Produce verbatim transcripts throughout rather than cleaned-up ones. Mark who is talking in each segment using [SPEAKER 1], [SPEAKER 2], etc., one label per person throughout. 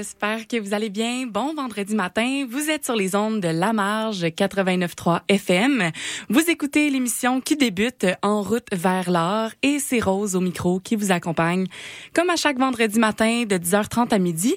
[SPEAKER 1] j'espère que vous allez bien. Bon vendredi matin, vous êtes sur les ondes de La Marge quatre-vingt-neuf virgule trois F M. Vous écoutez l'émission qui débute En route vers l'art et c'est Rose au micro qui vous accompagne. Comme à chaque vendredi matin de dix heures trente à midi,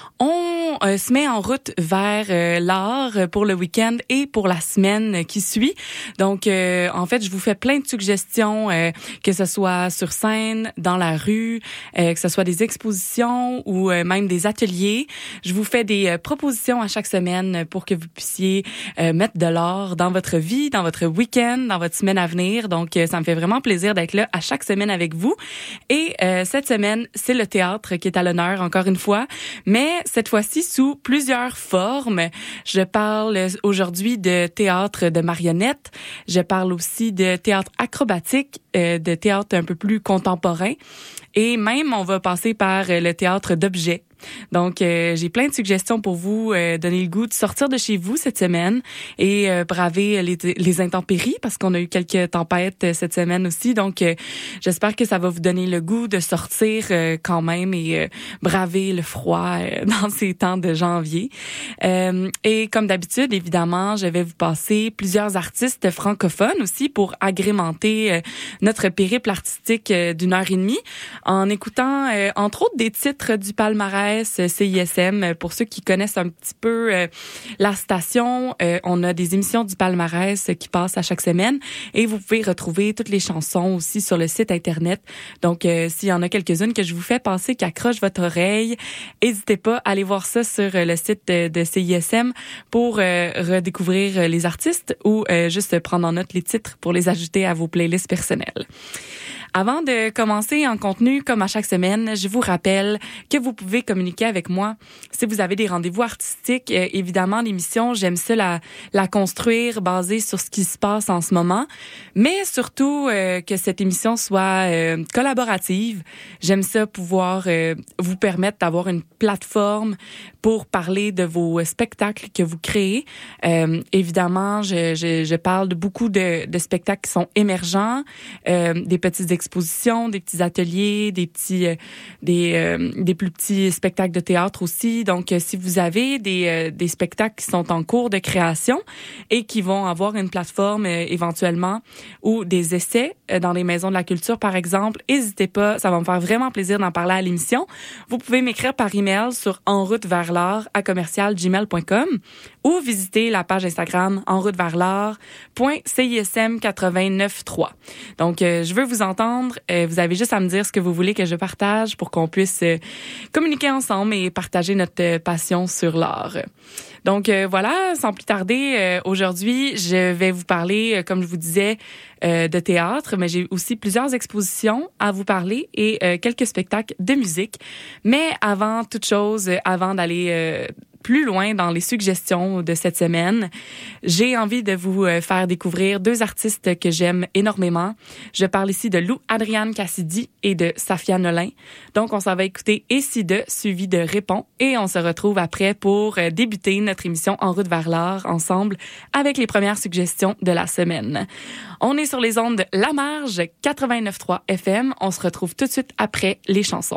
[SPEAKER 1] on euh, se met en route vers euh, l'art pour le week-end et pour la semaine qui suit. Donc, euh, en fait, je vous fais plein de suggestions, euh, que ce soit sur scène, dans la rue, euh, que ce soit des expositions ou euh, même des ateliers. Je vous fais des euh, propositions à chaque semaine pour que vous puissiez euh, mettre de l'art dans votre vie, dans votre week-end, dans votre semaine à venir. Donc, euh, ça me fait vraiment plaisir d'être là à chaque semaine avec vous. Et euh, cette semaine, c'est le théâtre qui est à l'honneur, encore une fois, mais cette fois-ci sous plusieurs formes. Je parle aujourd'hui de théâtre de marionnettes. Je parle aussi de théâtre acrobatique, euh, de théâtre un peu plus contemporain. Et même, on va passer par le théâtre d'objets. Donc, euh, j'ai plein de suggestions pour vous, euh, donner le goût de sortir de chez vous cette semaine et euh, braver les, les intempéries parce qu'on a eu quelques tempêtes cette semaine aussi. Donc, euh, j'espère que ça va vous donner le goût de sortir euh, quand même et euh, braver le froid euh, dans ces temps de janvier. Euh, et comme d'habitude, évidemment, je vais vous passer plusieurs artistes francophones aussi pour agrémenter euh, notre périple artistique euh, d'une heure et demie en écoutant, euh, entre autres, des titres du palmarès C I S M. Pour ceux qui connaissent un petit peu euh, la station, euh, on a des émissions du palmarès qui passent à chaque semaine et vous pouvez retrouver toutes les chansons aussi sur le site Internet. Donc, euh, s'il y en a quelques-unes que je vous fais passer qui accrochent votre oreille, n'hésitez pas à aller voir ça sur le site de, de C I S M pour euh, redécouvrir les artistes ou euh, juste prendre en note les titres pour les ajouter à vos playlists personnelles. Avant de commencer en contenu, comme à chaque semaine, je vous rappelle que vous pouvez communiquer avec moi si vous avez des rendez-vous artistiques. Euh, évidemment, l'émission, j'aime ça la, la construire basée sur ce qui se passe en ce moment, mais surtout euh, que cette émission soit euh, collaborative. J'aime ça pouvoir euh, vous permettre d'avoir une plateforme pour parler de vos spectacles que vous créez. Euh, évidemment, je, je, je parle de beaucoup de, de spectacles qui sont émergents, euh, des petites expositions, des petits ateliers, des petits, euh, des, euh, des plus petits spectacles de théâtre aussi. Donc, euh, si vous avez des, euh, des spectacles qui sont en cours de création et qui vont avoir une plateforme euh, éventuellement ou des essais euh, dans les maisons de la culture, par exemple, n'hésitez pas. Ça va me faire vraiment plaisir d'en parler à l'émission. Vous pouvez m'écrire par email sur en route vers l'art à commercial gmail point com ou visiter la page Instagram en route vers l'art point C I S M quatre-vingt-neuf trois. Donc, euh, je veux vous entendre. Euh, vous avez juste à me dire ce que vous voulez que je partage pour qu'on puisse euh, communiquer ensemble et partager notre euh, passion sur l'art. Donc, euh, voilà, sans plus tarder, euh, aujourd'hui, je vais vous parler, euh, comme je vous disais, euh, de théâtre, mais j'ai aussi plusieurs expositions à vous parler et euh, quelques spectacles de musique. Mais avant toute chose, euh, avant d'aller euh, plus loin dans les suggestions de cette semaine, j'ai envie de vous faire découvrir deux artistes que j'aime énormément. Je parle ici de Lou Adrienne Cassidy et de Safia Nolin. Donc, on s'en va écouter Et si de, suivi de Répond, et on se retrouve après pour débuter notre émission En route vers l'art ensemble avec les premières suggestions de la semaine. On est sur les ondes de La Marge quatre-vingt-neuf virgule trois F M. On se retrouve tout de suite après les chansons.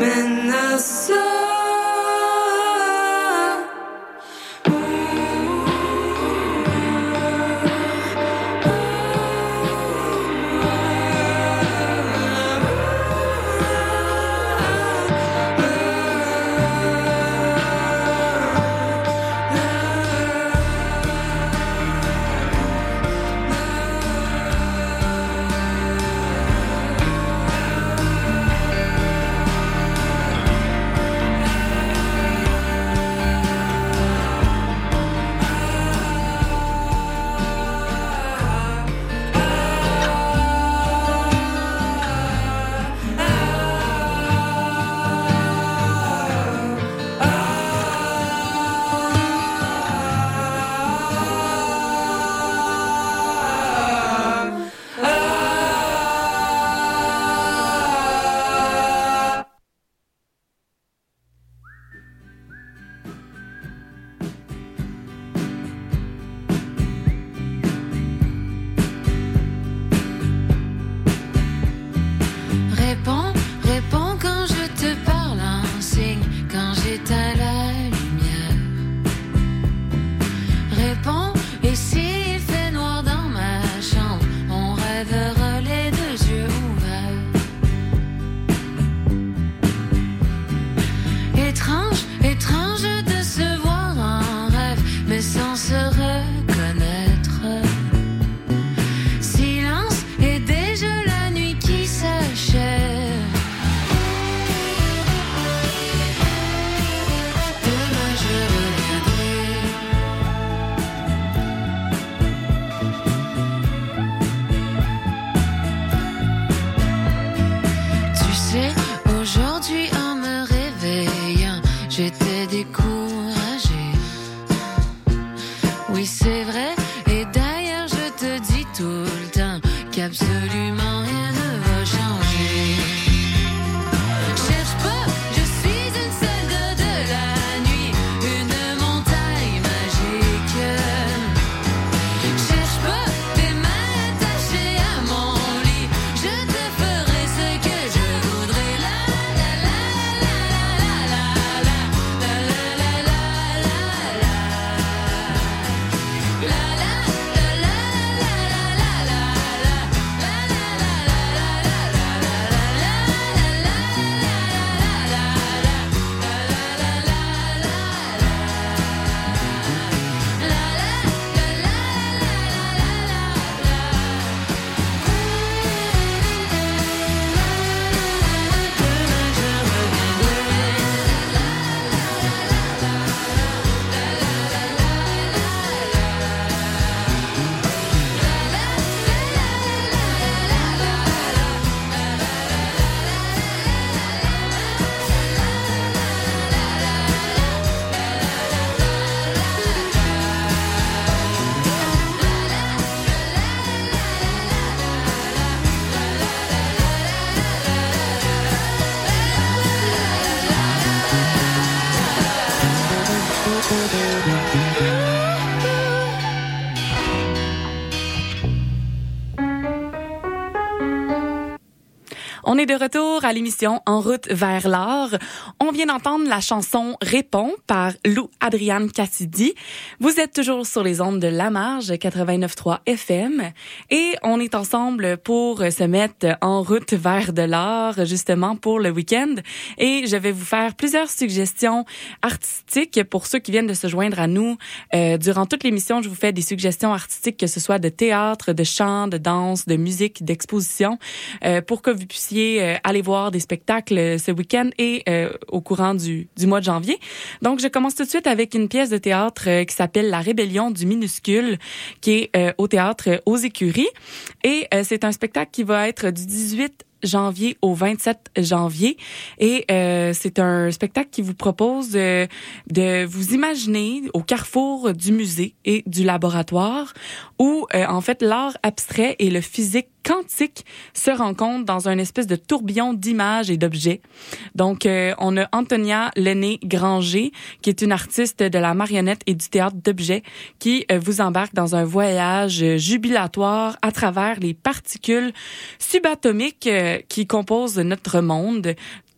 [SPEAKER 1] On est de retour à l'émission En route vers l'art. On vient d'entendre la chanson Réponds par Lou Adriane Cassidy. Vous êtes toujours sur les ondes de La Marge quatre-vingt-neuf point trois F M et on est ensemble pour se mettre en route vers de l'art justement pour le week-end. Et je vais vous faire plusieurs suggestions artistiques pour ceux qui viennent de se joindre à nous. Euh, durant toute l'émission, je vous fais des suggestions artistiques, que ce soit de théâtre, de chant, de danse, de musique, d'exposition, euh, pour que vous puissiez euh, aller voir des spectacles ce week-end et euh, au courant du, du mois de janvier. Donc, je commence tout de suite avec une pièce de théâtre euh, qui s'appelle La Rébellion du minuscule, qui est euh, au théâtre euh, aux Écuries. Et euh, c'est un spectacle qui va être du dix-huit janvier au vingt-sept janvier et euh, c'est un spectacle qui vous propose euh, de vous imaginer au carrefour du musée et du laboratoire où euh, en fait l'art abstrait et le physique quantique se rencontrent dans un espèce de tourbillon d'images et d'objets. Donc, euh, on a Antonia Lenné-Granger, qui est une artiste de la marionnette et du théâtre d'objets, qui euh, vous embarque dans un voyage jubilatoire à travers les particules subatomiques euh, qui composent notre monde.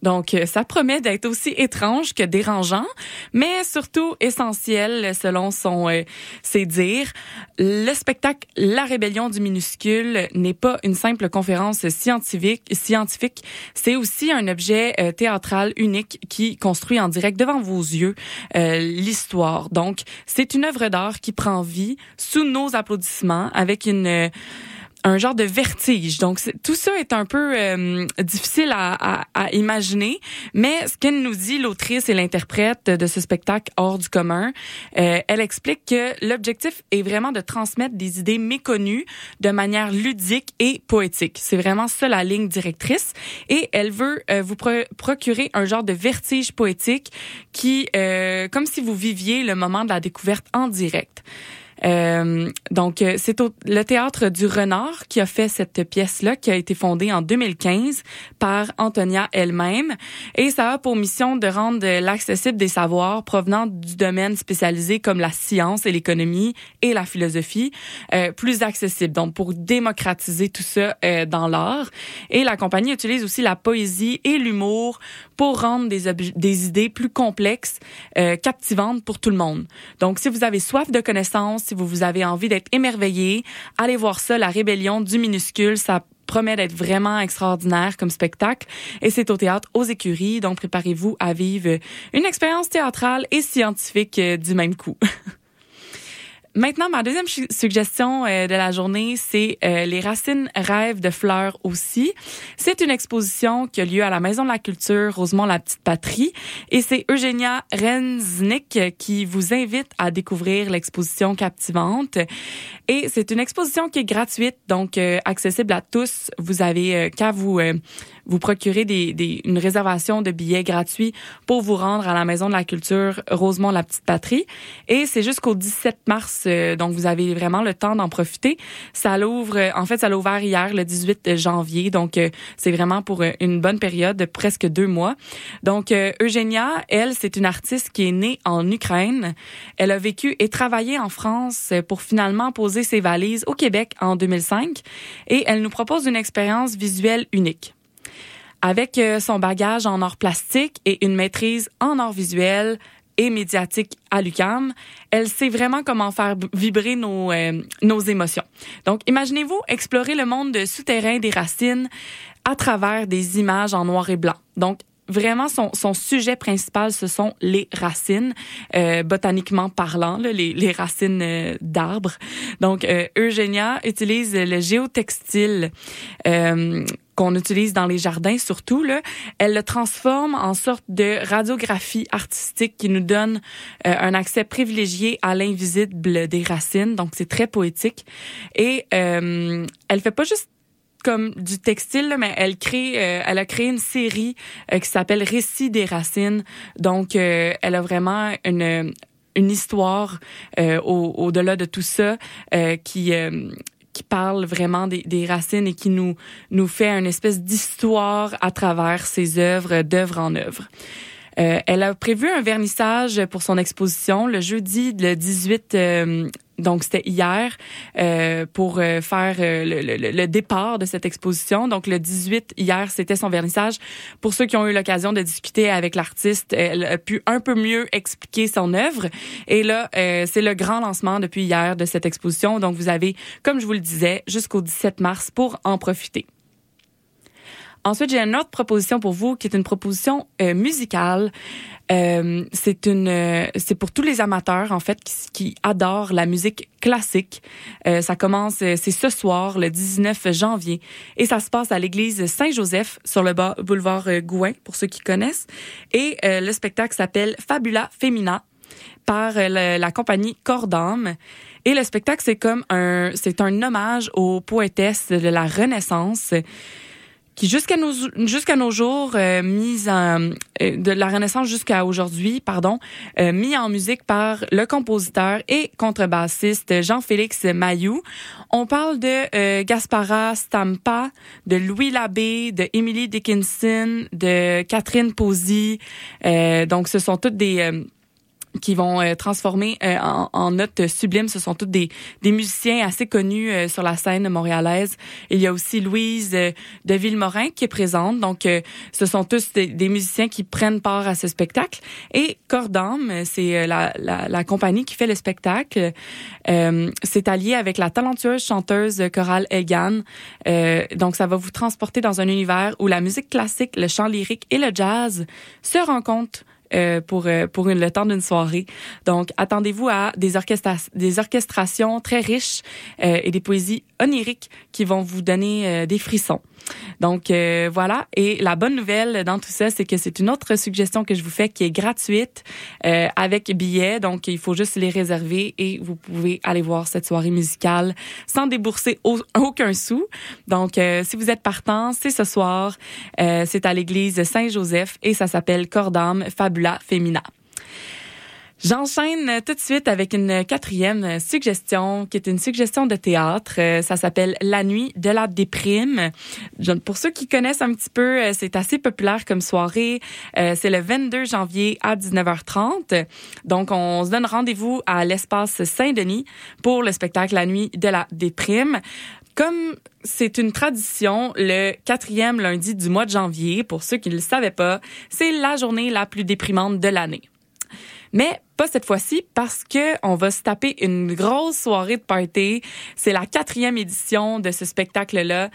[SPEAKER 1] Donc, ça promet d'être aussi étrange que dérangeant, mais surtout essentiel selon son euh, ses dires. Le spectacle La Rébellion du minuscule n'est pas une simple conférence scientifique, scientifique, c'est aussi un objet euh, théâtral unique qui construit en direct devant vos yeux euh, l'histoire. Donc, c'est une œuvre d'art qui prend vie sous nos applaudissements avec une euh, un genre de vertige. Donc, tout ça est un peu euh, difficile à, à, à imaginer, mais ce qu'elle nous dit, l'autrice et l'interprète de ce spectacle hors du commun, euh, elle explique que l'objectif est vraiment de transmettre des idées méconnues de manière ludique et poétique. C'est vraiment ça la ligne directrice. Et elle veut euh, vous pro- procurer un genre de vertige poétique qui, euh, comme si vous viviez le moment de la découverte en direct. Euh, donc, c'est au, le Théâtre du Renard qui a fait cette pièce-là, qui a été fondée en deux mille quinze par Antonia elle-même. Et ça a pour mission de rendre l'accessible des savoirs provenant du domaine spécialisé comme la science et l'économie et la philosophie euh, plus accessible. Donc, pour démocratiser tout ça euh, dans l'art. Et la compagnie utilise aussi la poésie et l'humour pour rendre des, ob- des idées plus complexes, euh, captivantes pour tout le monde. Donc, si vous avez soif de connaissances, si vous, vous avez envie d'être émerveillé, allez voir ça, La Rébellion du minuscule. Ça promet d'être vraiment extraordinaire comme spectacle. Et c'est au Théâtre aux Écuries. Donc, préparez-vous à vivre une expérience théâtrale et scientifique euh, du même coup. Maintenant, ma deuxième ch- suggestion euh, de la journée, c'est euh, Les Racines rêvent de fleurs aussi. C'est une exposition qui a lieu à la Maison de la Culture Rosemont-la-Petite-Patrie et c'est Eugénia Renznick qui vous invite à découvrir l'exposition captivante. Et c'est une exposition qui est gratuite, donc euh, accessible à tous. Vous avez euh, qu'à vous euh, vous procurer des, des une réservation de billets gratuits pour vous rendre à la Maison de la Culture Rosemont-la-Petite-Patrie. Et c'est jusqu'au dix-sept mars, euh, donc vous avez vraiment le temps d'en profiter. Ça l'ouvre, euh, en fait, ça l'a ouvert hier, le dix-huit janvier, donc euh, c'est vraiment pour euh, une bonne période, de presque deux mois. Donc, euh, Eugénia, elle, c'est une artiste qui est née en Ukraine. Elle a vécu et travaillé en France pour finalement poser ses valises au Québec en deux mille cinq et elle nous propose une expérience visuelle unique. Avec son bagage en art plastique et une maîtrise en art visuel et médiatique à l'U Q A M, elle sait vraiment comment faire vibrer nos, euh, nos émotions. Donc, imaginez-vous explorer le monde souterrain des racines à travers des images en noir et blanc. Donc, vraiment, son, son sujet principal, ce sont les racines, euh, botaniquement parlant, là, les, les racines euh, d'arbres. Donc, euh, Eugénia utilise le géotextile euh, qu'on utilise dans les jardins surtout. Là. Elle le transforme en sorte de radiographie artistique qui nous donne euh, un accès privilégié à l'invisible des racines. Donc, c'est très poétique. Et euh, elle fait pas juste comme du textile, là, mais elle crée, euh, elle a créé une série euh, qui s'appelle Récits des racines. Donc, euh, elle a vraiment une une histoire euh, au, au-delà de tout ça euh, qui euh, qui parle vraiment des, des racines et qui nous nous fait une espèce d'histoire à travers ses œuvres, d'œuvre en œuvre. Euh, elle a prévu un vernissage pour son exposition le jeudi le dix-huit, euh, donc c'était hier, euh, pour euh, faire euh, le, le, le départ de cette exposition. Donc le dix-huit, hier, c'était son vernissage. Pour ceux qui ont eu l'occasion de discuter avec l'artiste, elle a pu un peu mieux expliquer son œuvre. Et là, euh, c'est le grand lancement depuis hier de cette exposition. Donc vous avez, comme je vous le disais, jusqu'au dix-sept mars pour en profiter. Ensuite, j'ai une autre proposition pour vous qui est une proposition euh, musicale. Euh, c'est une, euh, c'est pour tous les amateurs en fait qui, qui adorent la musique classique. Euh, ça commence, euh, c'est ce soir, le dix-neuf janvier, et ça se passe à l'église Saint-Joseph sur le bas, boulevard euh, Gouin pour ceux qui connaissent. Et euh, le spectacle s'appelle Fabula Femina par euh, le, la compagnie Corps d'Âme. Et le spectacle c'est comme un, c'est un hommage aux poétesses de la Renaissance, qui jusqu'à nos jusqu'à nos jours euh, mise en euh, de la Renaissance jusqu'à aujourd'hui, pardon, euh, mis en musique par le compositeur et contrebassiste Jean-Félix Mailloux. On parle de euh, Gaspara Stampa, de Louis Labbé, de Emily Dickinson, de Catherine Posey. Euh, donc ce sont toutes des euh, qui vont euh, transformer euh, en, en notes sublimes. Ce sont tous des, des musiciens assez connus euh, sur la scène montréalaise. Il y a aussi Louise euh, de Villemorin qui est présente. Donc, euh, ce sont tous des, des musiciens qui prennent part à ce spectacle. Et Cordam, c'est euh, la, la, la compagnie qui fait le spectacle. Euh, c'est allié avec la talentueuse chanteuse chorale Elgan. Euh, donc, ça va vous transporter dans un univers où la musique classique, le chant lyrique et le jazz se rencontrent Euh, pour euh, pour une, le temps d'une soirée. Donc, attendez-vous à des, orchestra- des orchestrations très riches euh, et des poésies oniriques qui vont vous donner euh, des frissons. Donc, euh, voilà. Et la bonne nouvelle dans tout ça, c'est que c'est une autre suggestion que je vous fais qui est gratuite euh, avec billets. Donc, il faut juste les réserver et vous pouvez aller voir cette soirée musicale sans débourser au- aucun sou. Donc, euh, si vous êtes partant, c'est ce soir. Euh, c'est à l'église Saint-Joseph et ça s'appelle Cordam Fabula Femina. J'enchaîne tout de suite avec une quatrième suggestion, qui est une suggestion de théâtre. Ça s'appelle La nuit de la déprime. Pour ceux qui connaissent un petit peu, c'est assez populaire comme soirée. C'est le vingt-deux janvier à dix-neuf heures trente. Donc, on se donne rendez-vous à l'espace Saint-Denis pour le spectacle La nuit de la déprime. Comme c'est une tradition, le quatrième lundi du mois de janvier, pour ceux qui ne le savaient pas, c'est la journée la plus déprimante de l'année. Mais pas cette fois-ci parce que on va se taper une grosse soirée de party. C'est la quatrième édition de ce spectacle-là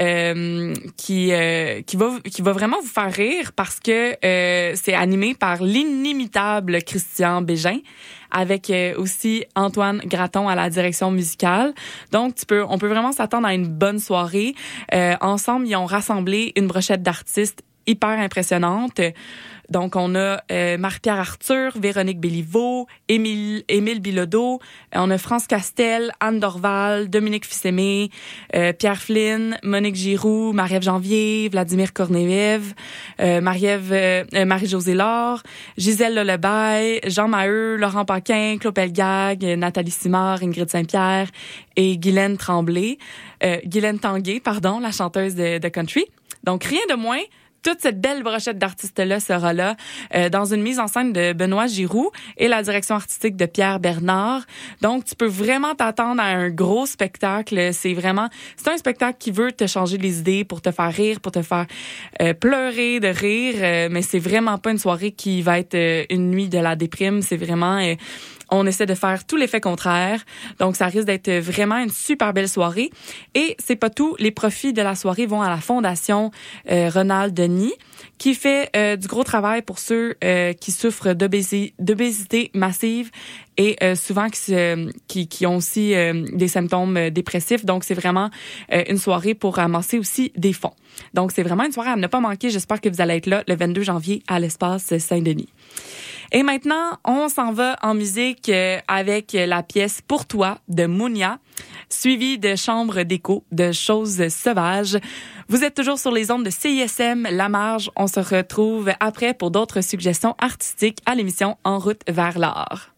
[SPEAKER 1] euh, qui euh, qui va qui va vraiment vous faire rire parce que euh, c'est animé par l'inimitable Christian Bégin avec euh, aussi Antoine Gratton à la direction musicale. Donc tu peux on peut vraiment s'attendre à une bonne soirée. Euh, ensemble, ils ont rassemblé une brochette d'artistes hyper impressionnante. Donc, on a euh, Marie-Pierre Arthur, Véronique Béliveau, Émile, Émile Bilodeau, on a France Castel, Anne Dorval, Dominique Fils-Aimé, euh, Pierre Flynn, Monique Giroux, Marie-Ève Janvier, Vladimir Korneev, euh, Marie-Ève, euh, Marie-Josée Laure, Gisèle Lelebaille, Jean Maheu, Laurent Paquin, Claude Pelgag, Nathalie Simard, Ingrid Saint-Pierre et Guylaine Tremblay, euh, Guylaine Tanguay, pardon, la chanteuse de, de country. Donc, rien de moins. Toute cette belle brochette d'artistes-là sera là euh, dans une mise en scène de Benoît Giroux et la direction artistique de Pierre Bernard. Donc, tu peux vraiment t'attendre à un gros spectacle. C'est vraiment, c'est un spectacle qui veut te changer les idées pour te faire rire, pour te faire euh, pleurer de rire. Euh, mais c'est vraiment pas une soirée qui va être euh, une nuit de la déprime. C'est vraiment... Euh, On essaie de faire tout l'effet contraire. Donc, ça risque d'être vraiment une super belle soirée. Et c'est pas tout. Les profits de la soirée vont à la Fondation euh, Ronald Denis, qui fait euh, du gros travail pour ceux euh, qui souffrent d'obésité, d'obésité massive et euh, souvent qui, se, qui, qui ont aussi euh, des symptômes euh, dépressifs. Donc, c'est vraiment euh, une soirée pour ramasser aussi des fonds. Donc, c'est vraiment une soirée à ne pas manquer. J'espère que vous allez être là le vingt-deux janvier à l'espace Saint-Denis. Et maintenant, on s'en va en musique avec la pièce Pour toi de Mounia, suivie de Chambre d'écho de Choses sauvages. Vous êtes toujours sur les ondes de C I S M La Marge. On se retrouve après pour d'autres suggestions artistiques à l'émission En route vers l'art.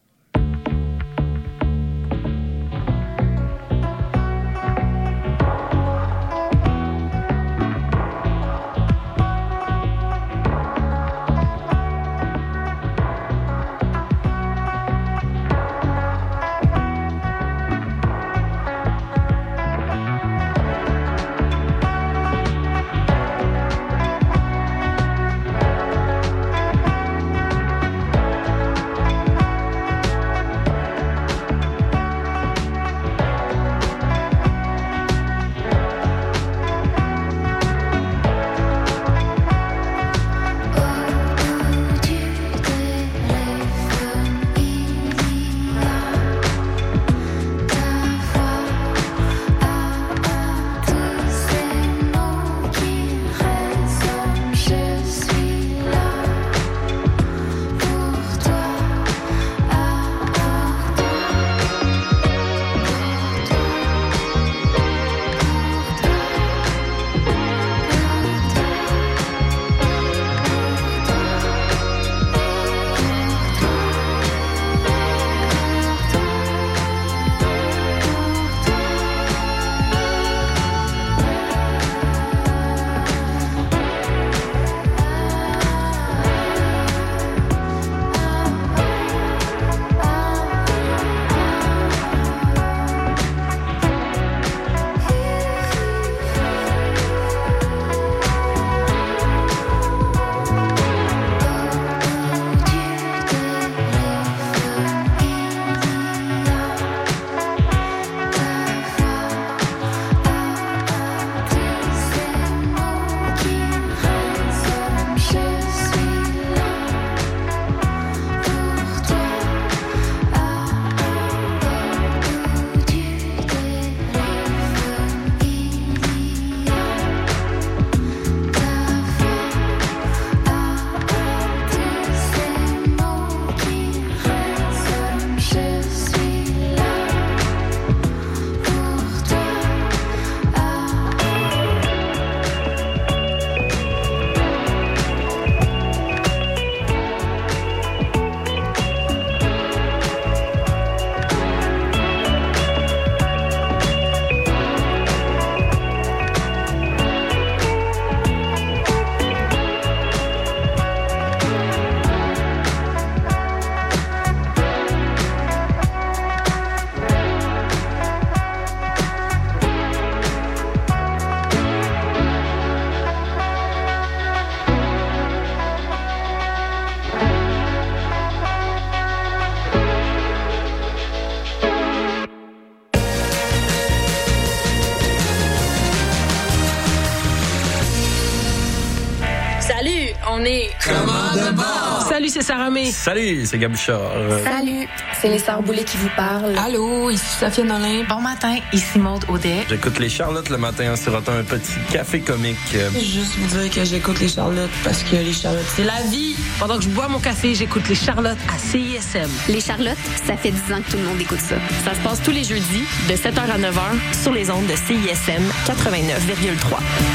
[SPEAKER 2] Salut, on est
[SPEAKER 3] Commande bord.
[SPEAKER 4] Salut, c'est Sarah May.
[SPEAKER 5] Salut, c'est Gabuchard.
[SPEAKER 6] Salut, c'est les Sœurs Boulay qui vous parlent.
[SPEAKER 4] Allô, ici Sophia Nolin.
[SPEAKER 7] Bon matin, ici Maude Audet.
[SPEAKER 5] J'écoute les Charlottes le matin en sirotant un petit café comique.
[SPEAKER 4] Juste vous dire que j'écoute les Charlottes parce que les Charlottes, c'est la vie. Pendant que je bois mon café, j'écoute les Charlottes à C I S M.
[SPEAKER 6] Les Charlottes, ça fait dix ans que tout le monde écoute ça.
[SPEAKER 7] Ça se passe tous les jeudis de sept heures à neuf heures sur les ondes de C I S M quatre-vingt-neuf virgule trois.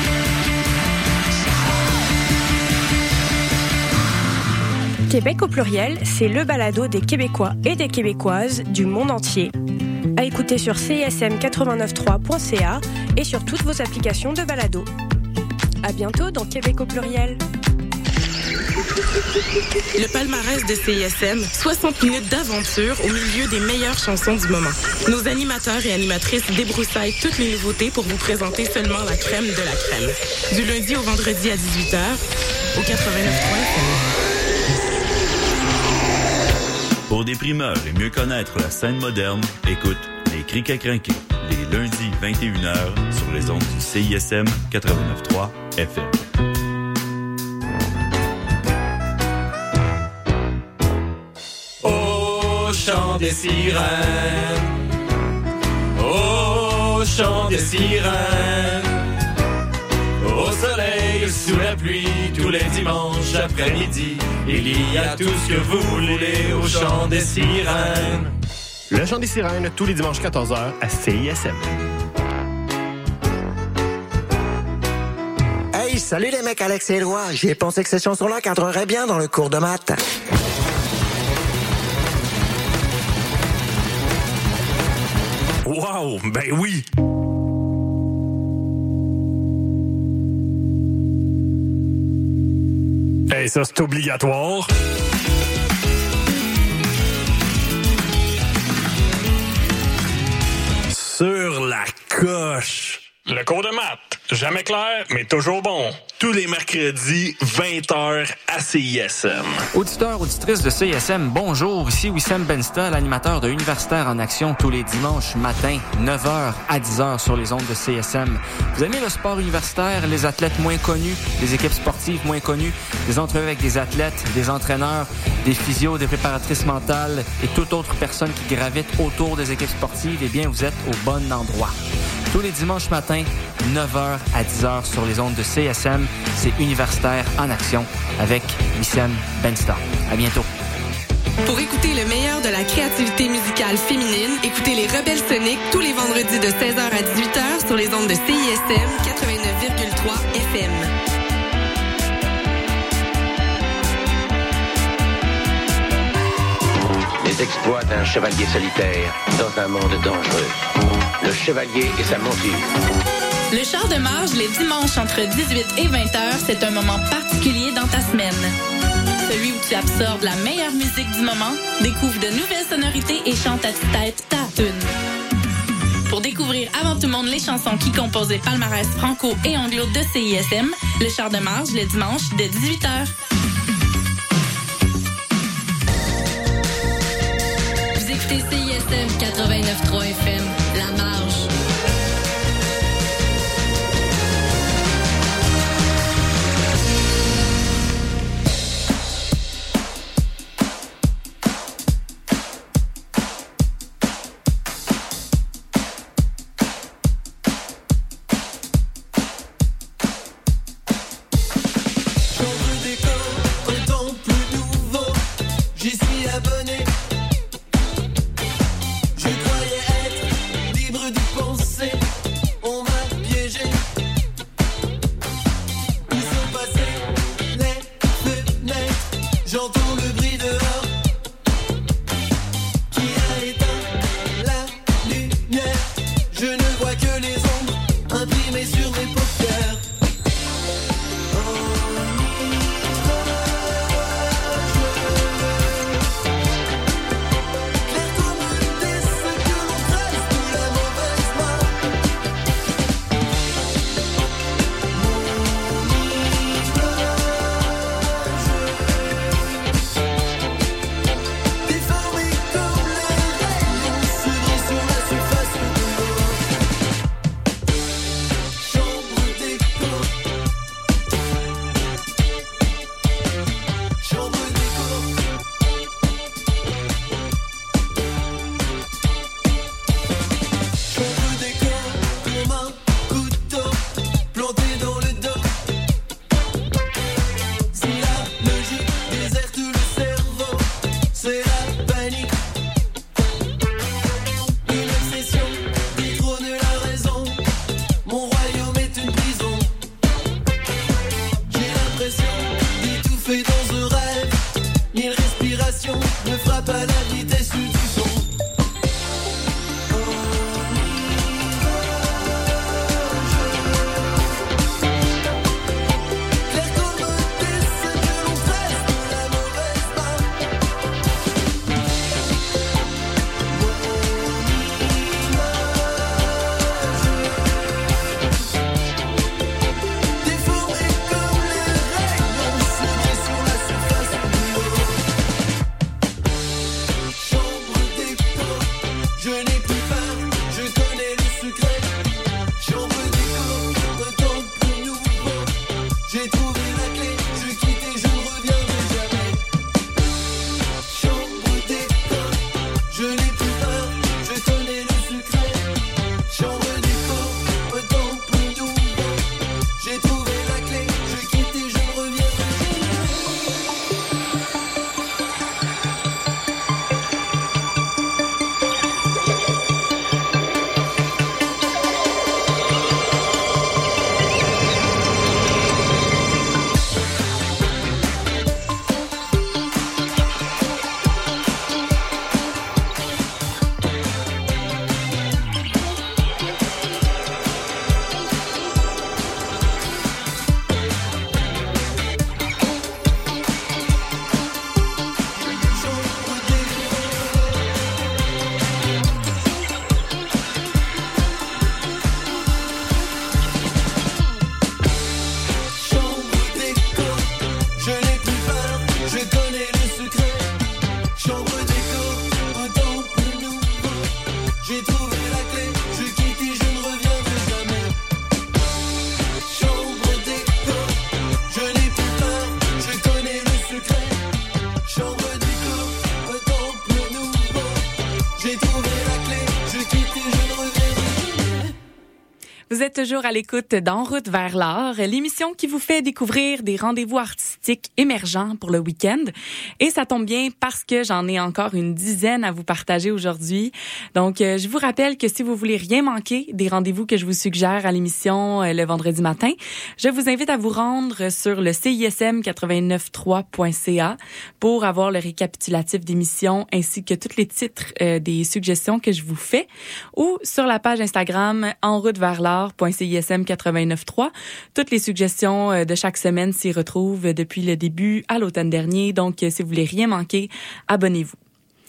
[SPEAKER 8] Québec au pluriel, c'est le balado des Québécois et des Québécoises du monde entier. À écouter sur c i s m quatre-vingt-neuf point trois point c a et sur toutes vos applications de balado. À bientôt dans Québec au pluriel.
[SPEAKER 9] Le palmarès de C I S M, soixante minutes d'aventure au milieu des meilleures chansons du moment. Nos animateurs et animatrices débroussaillent toutes les nouveautés pour vous présenter seulement la crème de la crème. Du lundi au vendredi à dix-huit heures, au quatre-vingt-neuf point trois F M.
[SPEAKER 10] Pour des primeurs et mieux connaître la scène moderne, écoute Les Crics à crinquer, les lundis vingt et une heures sur les ondes du C I S M quatre-vingt-neuf point trois F M.
[SPEAKER 3] Au chant des sirènes, au chant des sirènes, au soleil, sous la pluie, tous les dimanches après-midi, il y a tout ce que vous voulez au chant des sirènes.
[SPEAKER 11] Le chant des sirènes, tous les dimanches quatorze heures à C I S M.
[SPEAKER 12] Hey, salut les mecs, Alex et Éloi. J'ai pensé que cette chanson-là cadrerait bien dans le cours de maths.
[SPEAKER 11] Wow, ben oui! Hey, ça, c'est obligatoire. Sur la coche. Le cours de maths. Jamais clair, mais toujours bon. Tous les mercredis, vingt heures à C I S M.
[SPEAKER 13] Auditeurs, auditrices de C I S M, bonjour. Ici Wissam Bensta, l'animateur de Universitaire en Action tous les dimanches matin, neuf heures à dix heures sur les ondes de C I S M. Vous aimez le sport universitaire, les athlètes moins connus, les équipes sportives moins connues, des entrevues avec des athlètes, des entraîneurs, des physios, des préparatrices mentales et toute autre personne qui gravite autour des équipes sportives, eh bien, vous êtes au bon endroit. Tous les dimanches matins, neuf heures à dix heures sur les ondes de C S M. C'est Universitaire en Action avec Wissam Bensta. À bientôt.
[SPEAKER 9] Pour écouter le meilleur de la créativité musicale féminine, écoutez les Rebelles Soniques tous les vendredis de seize heures à dix-huit heures sur les ondes de C I S M quatre-vingt-neuf virgule trois F M.
[SPEAKER 14] Les exploits d'un chevalier solitaire dans un monde dangereux. Le chevalier et sa monture.
[SPEAKER 2] Le char de marge les dimanches entre dix-huit et vingt heures, c'est un moment particulier dans ta semaine. Celui où tu absorbes la meilleure musique du moment, découvre de nouvelles sonorités et chante à ta tête ta tune. Pour découvrir avant tout le monde les chansons qui composent les palmarès franco et anglo de C I S M, le char de marge le dimanche dès dix-huit heures. Vous écoutez C I S M quatre-vingt-neuf point trois F M, La Marge.
[SPEAKER 3] Je croyais être libre de penser.
[SPEAKER 15] J'ai trouvé la clé, je quitte et je ne reviendrai jamais. Chambre déco, je n'ai plus peur, je connais le secret. Chambre déco, autant plus nouveau. J'ai trouvé la clé, je quitte et je ne reviendrai
[SPEAKER 1] Vous êtes toujours à l'écoute d'En route vers l'art, l'émission qui vous fait découvrir des rendez-vous artistiques émergents pour le week-end. Et ça tombe bien parce que j'en ai encore une dizaine à vous partager aujourd'hui. Donc, euh, je vous rappelle que si vous voulez rien manquer des rendez-vous que je vous suggère à l'émission euh, le vendredi matin, je vous invite à vous rendre sur le C I S M quatre-vingt-neuf trois point C A pour avoir le récapitulatif d'émissions ainsi que tous les titres euh, des suggestions que je vous fais, ou sur la page Instagram En route vers l'art .C I S M quatre-vingt-neuf trois. Toutes les suggestions de chaque semaine s'y retrouvent depuis le début à l'automne dernier. Donc, si vous voulez rien manquer, abonnez-vous.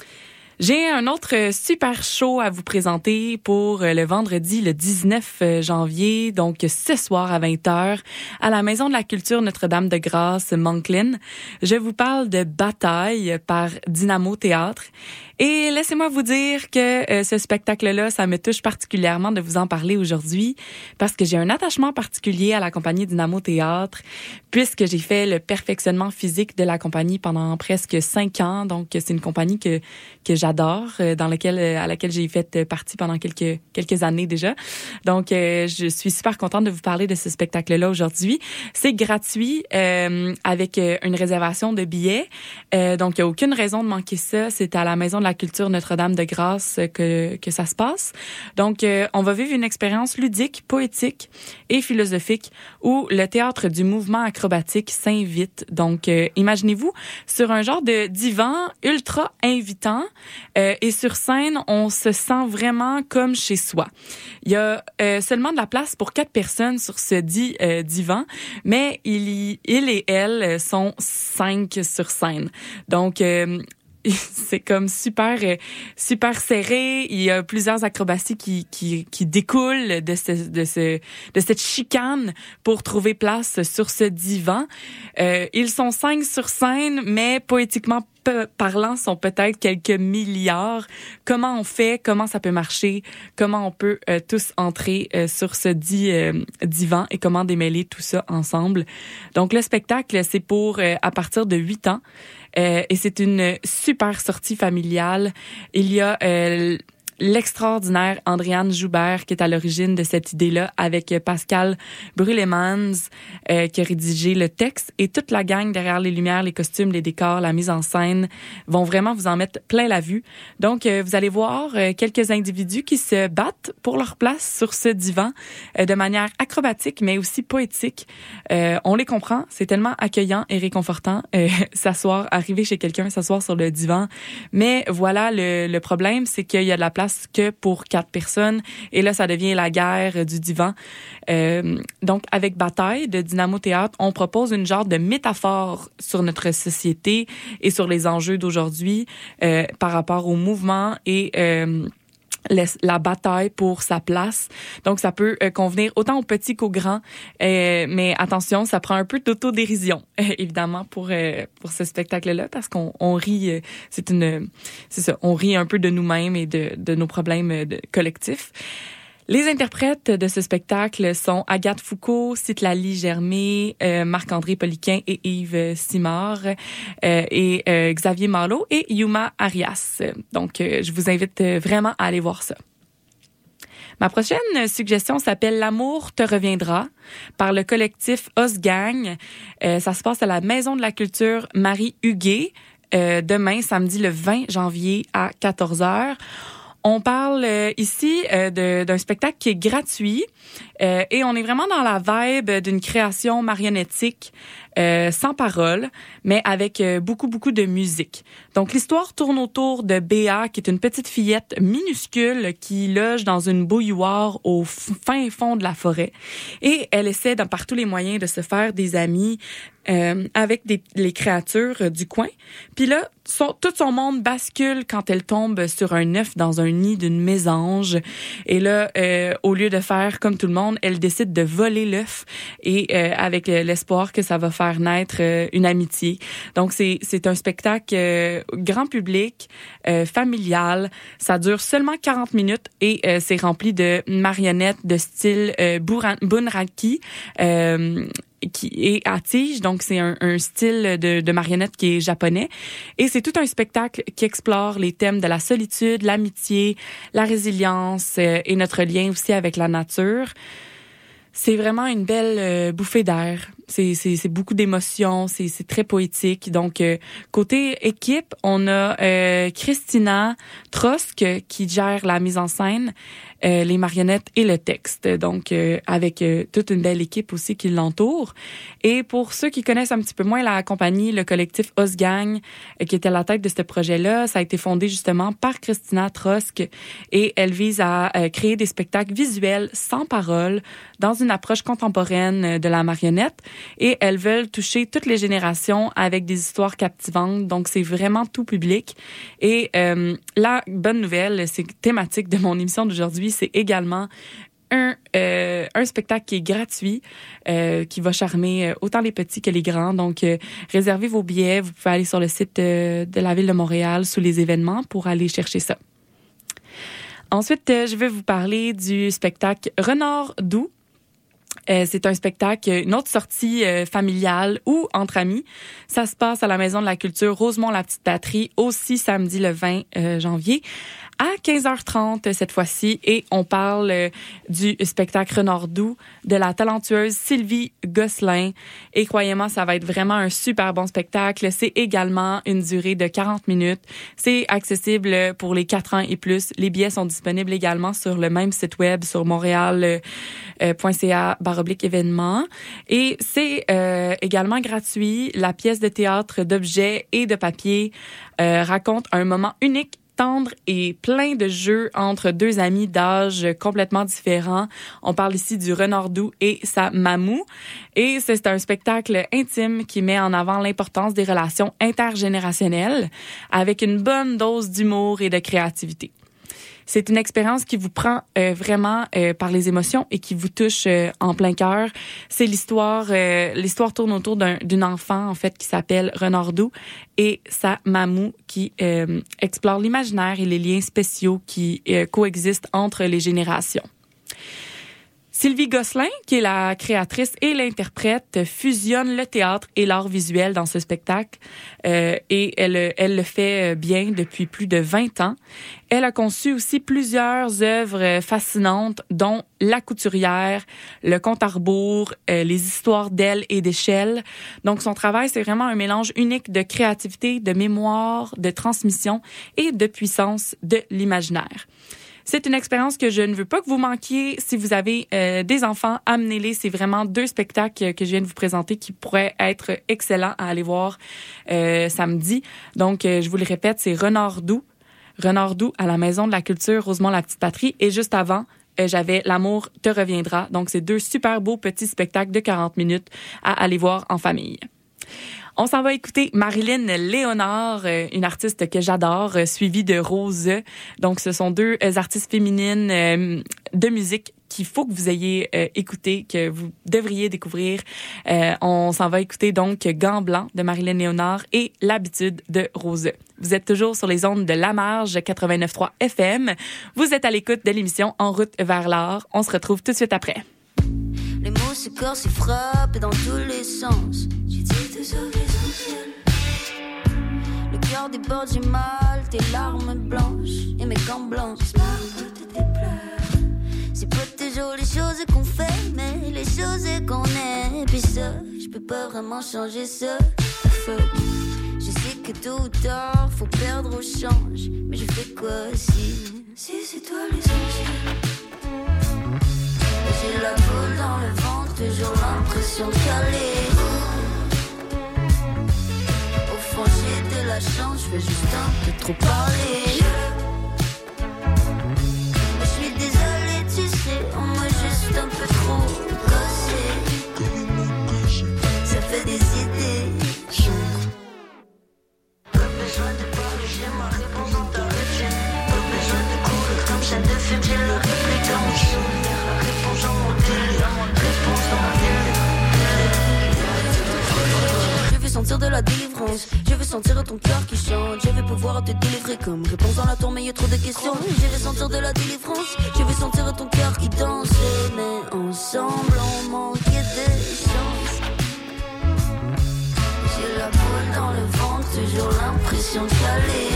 [SPEAKER 1] J'ai un autre super show à vous présenter pour le vendredi, le dix-neuf janvier, donc ce soir à vingt heures, à la Maison de la Culture Notre-Dame-de-Grâce, Monklin. Je vous parle de Bataille par Dynamo Théâtre. Et laissez-moi vous dire que euh, ce spectacle-là, ça me touche particulièrement de vous en parler aujourd'hui parce que j'ai un attachement particulier à la compagnie Dynamo Théâtre puisque j'ai fait le perfectionnement physique de la compagnie pendant presque cinq ans. Donc, c'est une compagnie que que j'adore, euh, dans laquelle à laquelle j'ai fait partie pendant quelques quelques années déjà. Donc, euh, je suis super contente de vous parler de ce spectacle-là aujourd'hui. C'est gratuit euh, avec une réservation de billets. Euh, donc, il n'y a aucune raison de manquer ça. C'est à la Maison de la Culture Notre-Dame-de-Grâce que que ça se passe. Donc, euh, on va vivre une expérience ludique, poétique et philosophique où le théâtre du mouvement acrobatique s'invite. Donc, euh, imaginez-vous sur un genre de divan ultra invitant euh, et sur scène, on se sent vraiment comme chez soi. Il y a euh, seulement de la place pour quatre personnes sur ce dit euh, divan, mais il, y, il et elle sont cinq sur scène. Donc, euh, c'est comme super super serré. Il y a plusieurs acrobaties qui qui qui découlent de ce de ce de cette chicane pour trouver place sur ce divan. Euh, ils sont cinq sur scène, mais poétiquement parlant, sont peut-être quelques milliards. Comment on fait? Comment ça peut marcher? Comment on peut euh, tous entrer euh, sur ce dit euh, divan et comment démêler tout ça ensemble? Donc, le spectacle, c'est pour euh, à partir de huit ans. Euh, et c'est une super sortie familiale. Il y a euh, l'extraordinaire Andréane Joubert qui est à l'origine de cette idée-là avec Pascal Brulemans euh, qui a rédigé le texte, et toute la gang derrière les lumières, les costumes, les décors, la mise en scène vont vraiment vous en mettre plein la vue. Donc, euh, vous allez voir euh, quelques individus qui se battent pour leur place sur ce divan euh, de manière acrobatique mais aussi poétique. Euh, on les comprend, c'est tellement accueillant et réconfortant euh, s'asseoir, arriver chez quelqu'un, s'asseoir sur le divan. Mais voilà, le, le problème, c'est qu'il y a de la place que pour quatre personnes. Et là, ça devient la guerre du divan. Euh, donc, avec Bataille de Dynamo Théâtre, on propose une genre de métaphore sur notre société et sur les enjeux d'aujourd'hui euh, par rapport au mouvement et euh, la bataille pour sa place. Donc, ça peut euh, convenir autant aux petits qu'aux grands. Euh, mais attention, ça prend un peu d'autodérision, euh, évidemment, pour euh, pour ce spectacle-là, parce qu'on on rit, euh, c'est une, c'est ça, on rit un peu de nous-mêmes et de, de nos problèmes euh, de, collectifs. Les interprètes de ce spectacle sont Agathe Foucault, Citlali Germé, euh, Marc-André Poliquin et Yves Simard, euh, et euh, Xavier Malo et Yuma Arias. Donc, euh, je vous invite vraiment à aller voir ça. Ma prochaine suggestion s'appelle « L'amour te reviendra » par le collectif Osgang. Euh, ça se passe à la Maison de la Culture Marie-Huguet, euh, demain, samedi le vingt janvier à quatorze heures. On parle euh, ici euh, de, d'un spectacle qui est gratuit euh, et on est vraiment dans la vibe d'une création marionnettique euh, sans parole, mais avec euh, beaucoup, beaucoup de musique. Donc, l'histoire tourne autour de Béa, qui est une petite fillette minuscule qui loge dans une bouilloire au fin fond de la forêt. Et elle essaie, dans, par tous les moyens, de se faire des amis euh, avec des, les créatures euh, du coin. Puis là, son, tout son monde bascule quand elle tombe sur un œuf dans un nid d'une mésange. Et là, euh, au lieu de faire comme tout le monde, elle décide de voler l'œuf et euh, avec l'espoir que ça va faire naître euh, une amitié. Donc, c'est, c'est un spectacle euh, grand public, euh, familial. Ça dure seulement quarante minutes et euh, c'est rempli de marionnettes de style euh, bunraku, euh, qui est à tige, donc c'est un, un style de, de marionnette qui est japonais. Et c'est tout un spectacle qui explore les thèmes de la solitude, l'amitié, la résilience euh, et notre lien aussi avec la nature. C'est vraiment une belle euh, bouffée d'air. C'est, c'est, c'est beaucoup d'émotions, c'est, c'est très poétique. Donc, euh, côté équipe, on a euh, Christina Trosk qui gère la mise en scène, euh, les marionnettes et le texte. Donc, euh, avec euh, toute une belle équipe aussi qui l'entoure. Et pour ceux qui connaissent un petit peu moins la compagnie, le collectif Osgang, euh, qui était à la tête de ce projet-là, ça a été fondé justement par Christina Trosk et elle vise à euh, créer des spectacles visuels sans parole dans une approche contemporaine de la marionnette. Et elles veulent toucher toutes les générations avec des histoires captivantes. Donc, c'est vraiment tout public. Et euh, la bonne nouvelle, c'est thématique de mon émission d'aujourd'hui, c'est également un, euh, un spectacle qui est gratuit, euh, qui va charmer autant les petits que les grands. Donc, euh, réservez vos billets. Vous pouvez aller sur le site de, de la Ville de Montréal sous les événements pour aller chercher ça. Ensuite, euh, je vais vous parler du spectacle Renard doux. Euh, c'est un spectacle, une autre sortie euh, familiale ou entre amis. Ça se passe à la Maison de la Culture Rosemont-la-Petite-Patrie, aussi samedi le vingt janvier, à quinze heures trente cette fois-ci. Et on parle euh, du spectacle Renard doux de la talentueuse Sylvie Gosselin. Et croyez-moi, ça va être vraiment un super bon spectacle. C'est également une durée de quarante minutes. C'est accessible pour les quatre ans et plus. Les billets sont disponibles également sur le même site web, sur montréal point c a baroblique événements. Et c'est euh, également gratuit. La pièce de théâtre d'objets et de papier euh, raconte un moment unique, tendre et plein de jeux entre deux amis d'âge complètement différents. On parle ici du Renard doux et sa mamou. Et c'est un spectacle intime qui met en avant l'importance des relations intergénérationnelles avec une bonne dose d'humour et de créativité. C'est une expérience qui vous prend euh, vraiment euh, par les émotions et qui vous touche euh, en plein cœur. C'est l'histoire, euh, l'histoire tourne autour d'un, d'une enfant en fait qui s'appelle Renard doux et sa mamou qui euh, explore l'imaginaire et les liens spéciaux qui euh, coexistent entre les générations. Sylvie Gosselin, qui est la créatrice et l'interprète, fusionne le théâtre et l'art visuel dans ce spectacle euh, et elle, elle le fait bien depuis plus de vingt ans. Elle a conçu aussi plusieurs œuvres fascinantes, dont La couturière, Le compte à rebours, euh, les histoires d'elle et d'échelle. Donc, son travail, c'est vraiment un mélange unique de créativité, de mémoire, de transmission et de puissance de l'imaginaire. C'est une expérience que je ne veux pas que vous manquiez. Si vous avez euh, des enfants, amenez-les. C'est vraiment deux spectacles que je viens de vous présenter qui pourraient être excellents à aller voir euh, samedi. Donc, euh, je vous le répète, c'est Renard doux. Renard doux à la Maison de la Culture Rosemont-la-Petite-Patrie. Et juste avant, euh, j'avais L'amour te reviendra. Donc, c'est deux super beaux petits spectacles de quarante minutes à aller voir en famille. On s'en va écouter Marilyn Léonard, une artiste que j'adore, suivie de Rose. Donc, ce sont deux artistes féminines de musique qu'il faut que vous ayez écouté, que vous devriez découvrir. On s'en va écouter donc Gants blancs de Marilyn Léonard et L'habitude de Rose. Vous êtes toujours sur les ondes de La Marge quatre-vingt-neuf point trois F M. Vous êtes à l'écoute de l'émission En route vers l'art. On se retrouve tout de suite après.
[SPEAKER 16] Les mots se corsent et frappent dans tous les sens. J'ai dit toujours l'essentiel. Le cœur déborde, j'ai mal, tes larmes blanches et mes gants blancs. J'espère que tes pleurs. C'est pas toujours les choses qu'on fait, mais les choses qu'on est. Puis ça, je peux pas vraiment changer ça. Fuck. Je sais que tôt ou tard, faut perdre au change. Mais je fais quoi si, si c'est toi l'essentiel? J'ai la boule dans le ventre, toujours l'impression de caler. Au fond j'ai de la chance, je veux juste un peu trop parler. Je suis désolée, tu sais, on m'a juste un peu trop cassé. Ça fait des idées. Pas besoin de parler, j'ai ma réponse dans ta région. Pas besoin de courir comme ça de film, j'ai la réplique dans mon souvenir. La réponse dans mon délire, réponse dans ma délire. Je veux sentir de la délivrance, je veux sentir ton cœur qui chante. Je veux pouvoir te délivrer comme réponse dans la tour, mais y'a trop de questions. Je veux sentir de la délivrance, je veux sentir ton cœur qui danse. Mais ensemble on manquait de chance. J'ai la boule dans le ventre, toujours l'impression de caler.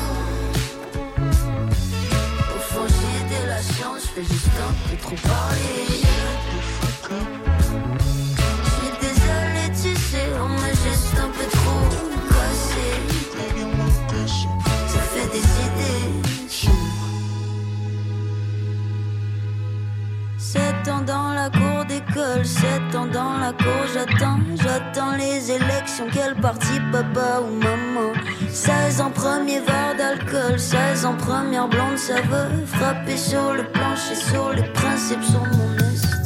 [SPEAKER 16] Au fond j'ai de la chance, je fais juste un peu trop parler. Je suis désolée, tu sais, on m'a juste un peu trop cassé. Ça fait des idées. Sept ans dans la cour d'école, sept ans dans la cour, j'attends, j'attends les élections, quel parti, papa ou maman. Seize ans, premier verre d'alcool, seize ans, première blonde, ça veut frapper sur le plancher, sur les principes, sur mon estime.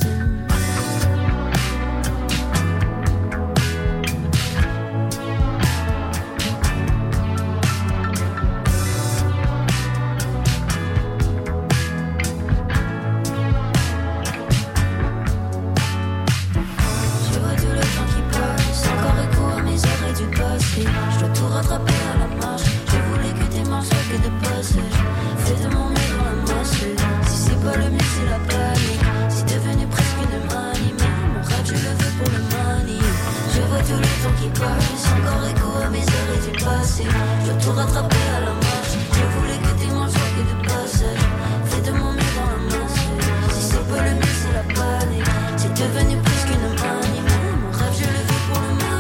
[SPEAKER 16] Je dois tout rattraper à la marche. Je voulais que tes marches soient que de passage. Fais de mon mieux dans la masse. Si c'est pas le mieux, c'est la panique. C'est devenu presque une manie. Mais mon rêve, je le veux pour le money. Je vois tout le temps qui passe. Encore écho à mes heures du passé. Je dois tout rattraper à la marche. Je voulais que tes marches soient que de passage. Fais de mon mieux dans la masse. Si c'est pas le mieux, c'est la panique. C'est devenu presque une manie. Mais mon rêve, je le veux pour le money.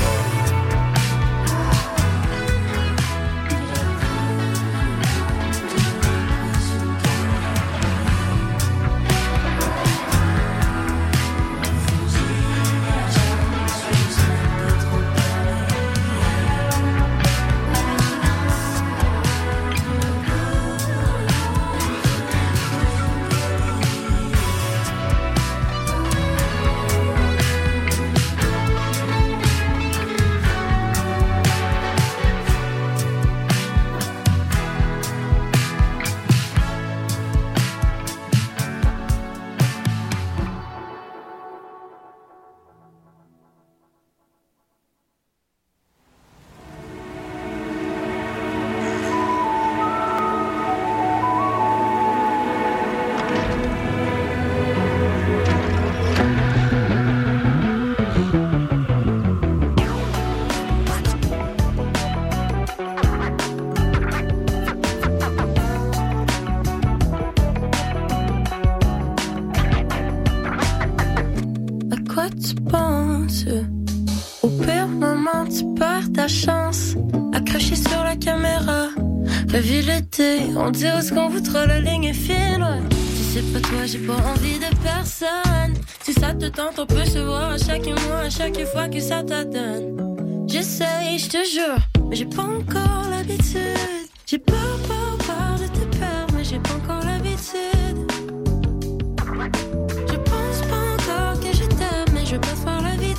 [SPEAKER 17] On dirait ce qu'on voudra, la ligne est fine, ouais. Si c'est pas toi, j'ai pas envie de personne. Si ça te tente, on peut se voir à chaque mois, à chaque fois que ça t'adonne. J'essaye, je te jure, mais j'ai pas encore l'habitude. J'ai peur, peur, peur de te perdre, mais j'ai pas encore l'habitude. Je pense pas encore que je t'aime, mais je veux pas te faire la vie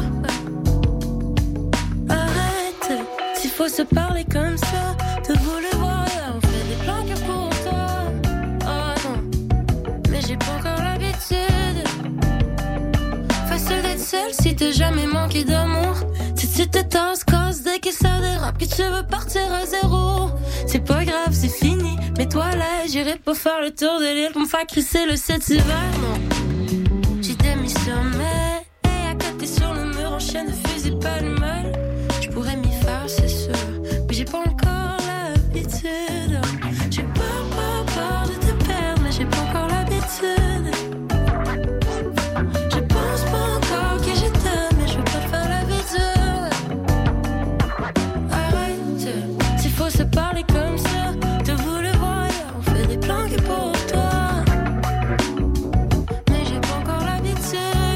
[SPEAKER 17] dure. Arrête, s'il faut se parler comme ça, te voulu voir ailleurs. Pour toi, oh non, mais j'ai pas encore l'habitude. Facile d'être seule si t'as jamais manqué d'amour. Si tu te tasses, cause des que ça dérape, que tu veux partir à zéro. C'est pas grave, c'est fini. Mets-toi là, j'irai pas faire le tour de l'île pour me faire crisser le cet hiver, non. J'ai démissionné. Et à côté sur le mur, en chaîne de fusil pêle-mêle. Je pourrais m'y faire, c'est sûr. Mais j'ai pas encore l'habitude. J'ai peur, peur, peur de te perdre, mais j'ai pas encore l'habitude. Je pense pas encore que je t'aime, mais je veux pas te faire la bise. Arrête, s'il faut se parler comme ça. Te voulu voir, on fait des plans que pour toi. Mais j'ai pas encore l'habitude.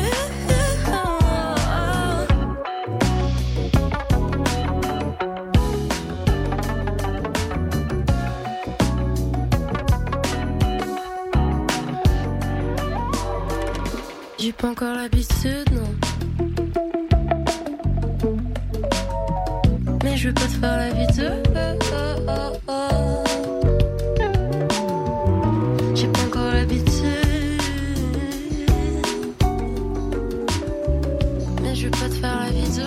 [SPEAKER 17] J'ai pas encore l'habitude, non. Mais je veux pas te faire la vidéo. Oh, oh, oh. J'ai pas encore l'habitude. Mais je veux pas te faire la vidéo.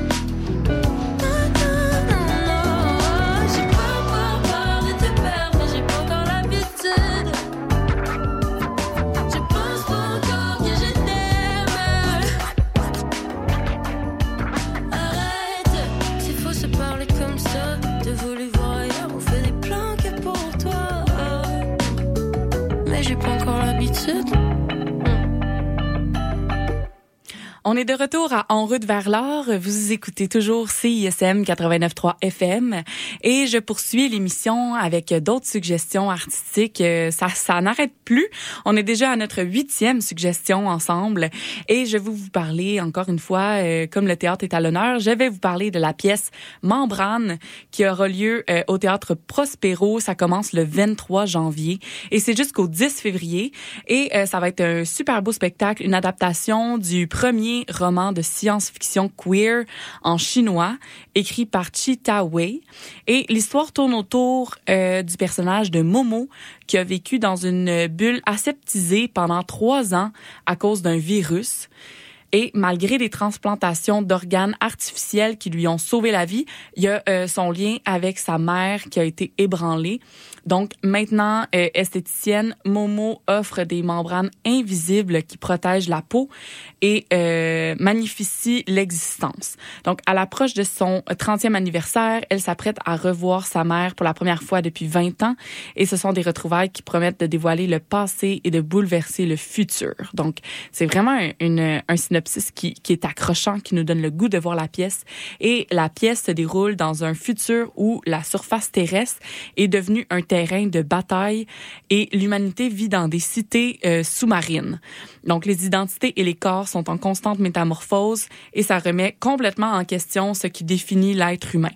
[SPEAKER 1] On est de retour à En route vers l'or. Vous écoutez toujours C I S M quatre-vingt-neuf point trois F M et je poursuis l'émission avec d'autres suggestions artistiques. Ça, ça n'arrête plus. On est déjà à notre huitième suggestion ensemble et je vais vous parler encore une fois, euh, comme le théâtre est à l'honneur, je vais vous parler de la pièce Membrane qui aura lieu euh, au théâtre Prospero. Ça commence le vingt-trois janvier et c'est jusqu'au dix février et euh, ça va être un super beau spectacle, une adaptation du premier roman de science-fiction queer en chinois, écrit par Chi Ta-wei. Et l'histoire tourne autour euh, du personnage de Momo, qui a vécu dans une bulle aseptisée pendant trois ans à cause d'un virus. Et malgré des transplantations d'organes artificiels qui lui ont sauvé la vie, il y a euh, son lien avec sa mère qui a été ébranlée. Donc maintenant, euh, esthéticienne, Momo offre des membranes invisibles qui protègent la peau et euh, magnifient l'existence. Donc à l'approche de son trentième anniversaire, elle s'apprête à revoir sa mère pour la première fois depuis vingt ans et ce sont des retrouvailles qui promettent de dévoiler le passé et de bouleverser le futur. Donc c'est vraiment un, une, un synopsis qui, qui est accrochant, qui nous donne le goût de voir la pièce. Et la pièce se déroule dans un futur où la surface terrestre est devenue un terrain de bataille et l'humanité vit dans des cités euh, sous-marines. Donc, les identités et les corps sont en constante métamorphose et ça remet complètement en question ce qui définit l'être humain.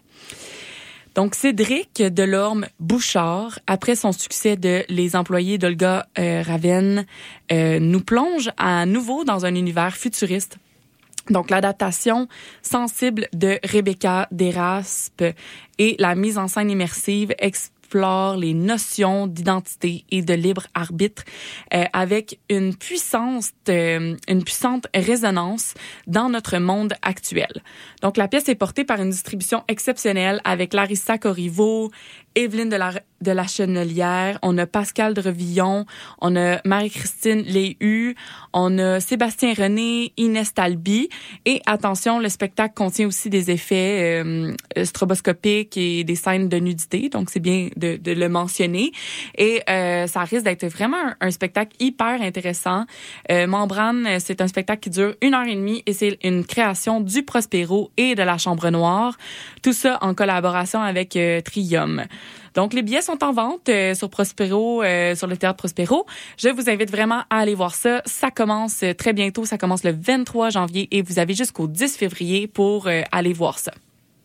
[SPEAKER 1] Donc, Cédric Delorme-Bouchard, après son succès de Les employés d'Olga euh, Ravenne, euh, nous plonge à nouveau dans un univers futuriste. Donc, l'adaptation sensible de Rebecca Deraspe et la mise en scène immersive explore les notions d'identité et de libre arbitre euh, avec une puissance, euh, une puissante résonance dans notre monde actuel. Donc, la pièce est portée par une distribution exceptionnelle avec Larissa Corriveau, Evelyne de la, de la Chenelière, on a Pascal Drevillon, on a Marie-Christine Léhu, on a Sébastien René, Inès Talby. Et attention, le spectacle contient aussi des effets euh, stroboscopiques et des scènes de nudité, donc c'est bien de, de le mentionner. Et euh, ça risque d'être vraiment un, un spectacle hyper intéressant. Euh, Membrane, c'est un spectacle qui dure une heure et demie et c'est une création du Prospero et de la Chambre Noire. Tout ça en collaboration avec euh, Trium. Donc, les billets sont en vente euh, sur Prospero, euh, sur le théâtre Prospero. Je vous invite vraiment à aller voir ça. Ça commence euh, très bientôt. Ça commence le vingt-trois janvier et vous avez jusqu'au dix février pour euh, aller voir ça.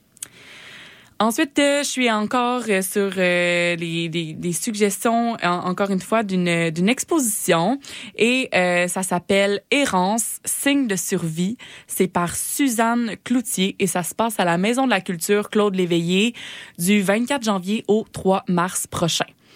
[SPEAKER 1] Ensuite, euh, je suis encore euh, sur euh, les, des, des suggestions, en, encore une fois, d'une, d'une exposition. Et euh, ça s'appelle Errance, signe de survie. C'est par Suzanne Cloutier et ça se passe à la Maison de la Culture Claude Léveillé du vingt-quatre janvier au trois mars prochain.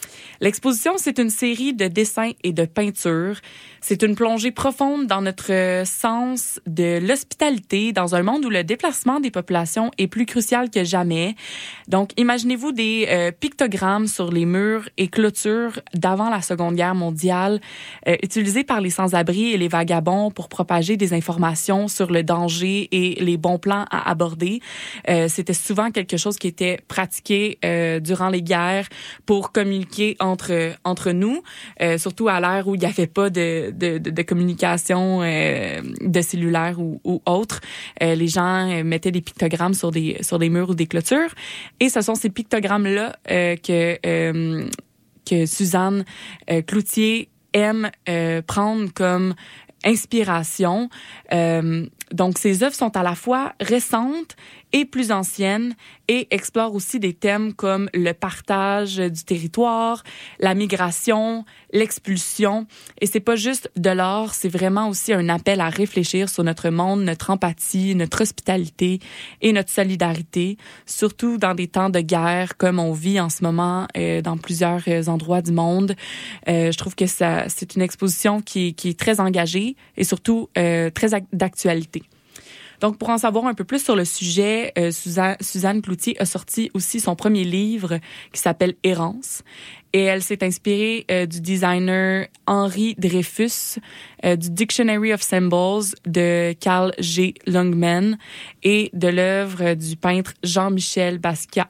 [SPEAKER 1] L'exposition, c'est une série de dessins et de peintures. C'est une plongée profonde dans notre sens de l'hospitalité, dans un monde où le déplacement des populations est plus crucial que jamais. Donc, imaginez-vous des euh, pictogrammes sur les murs et clôtures d'avant la Seconde Guerre mondiale, euh, utilisés par les sans-abri et les vagabonds pour propager des informations sur le danger et les bons plans à aborder. Euh, c'était souvent quelque chose qui était pratiqué euh, durant les guerres pour communiquer entre entre nous, euh, surtout à l'ère où il n'y avait pas de de, de, de communication euh, de cellulaire ou, ou autre. Euh, les gens euh, mettaient des pictogrammes sur des sur des murs ou des clôtures, et ce sont ces pictogrammes là euh, que euh, que Suzanne euh, Cloutier aime euh, prendre comme inspiration. Euh, donc, ces œuvres sont à la fois récentes et plus anciennes et explorent aussi des thèmes comme le partage du territoire, la migration, l'expulsion. Et c'est pas juste de l'art, c'est vraiment aussi un appel à réfléchir sur notre monde, notre empathie, notre hospitalité et notre solidarité, surtout dans des temps de guerre comme on vit en ce moment euh, dans plusieurs endroits du monde. Euh, je trouve que ça, c'est une exposition qui, qui est très engagée et surtout euh, très d'actualité. Donc, pour en savoir un peu plus sur le sujet, euh, Suzanne, Suzanne Cloutier a sorti aussi son premier livre qui s'appelle Errance. Et elle s'est inspirée euh, du designer Henri Dreyfus, euh, du Dictionary of Symbols de Carl G. Lungman et de l'œuvre du peintre Jean-Michel Basquiat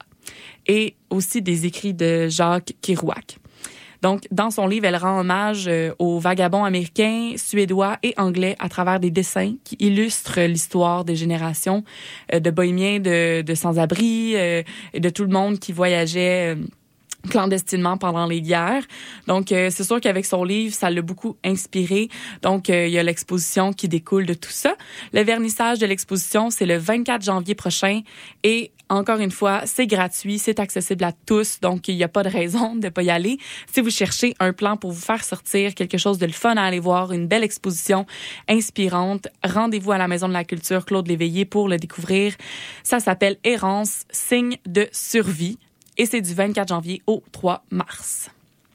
[SPEAKER 1] et aussi des écrits de Jacques Kerouac. Donc, dans son livre, elle rend hommage euh, aux vagabonds américains, suédois et anglais à travers des dessins qui illustrent l'histoire des générations euh, de bohémiens, de, de sans-abri euh, et de tout le monde qui voyageait euh, clandestinement pendant les guerres. Donc, euh, c'est sûr qu'avec son livre, ça l'a beaucoup inspiré. Donc, euh, il y a l'exposition qui découle de tout ça. Le vernissage de l'exposition, c'est le vingt-quatre janvier prochain et encore une fois, c'est gratuit, c'est accessible à tous, donc il n'y a pas de raison de ne pas y aller. Si vous cherchez un plan pour vous faire sortir, quelque chose de le fun à aller voir, une belle exposition inspirante, rendez-vous à la Maison de la Culture Claude Léveillé pour le découvrir. Ça s'appelle Errance, signe de survie et c'est du vingt-quatre janvier au trois mars.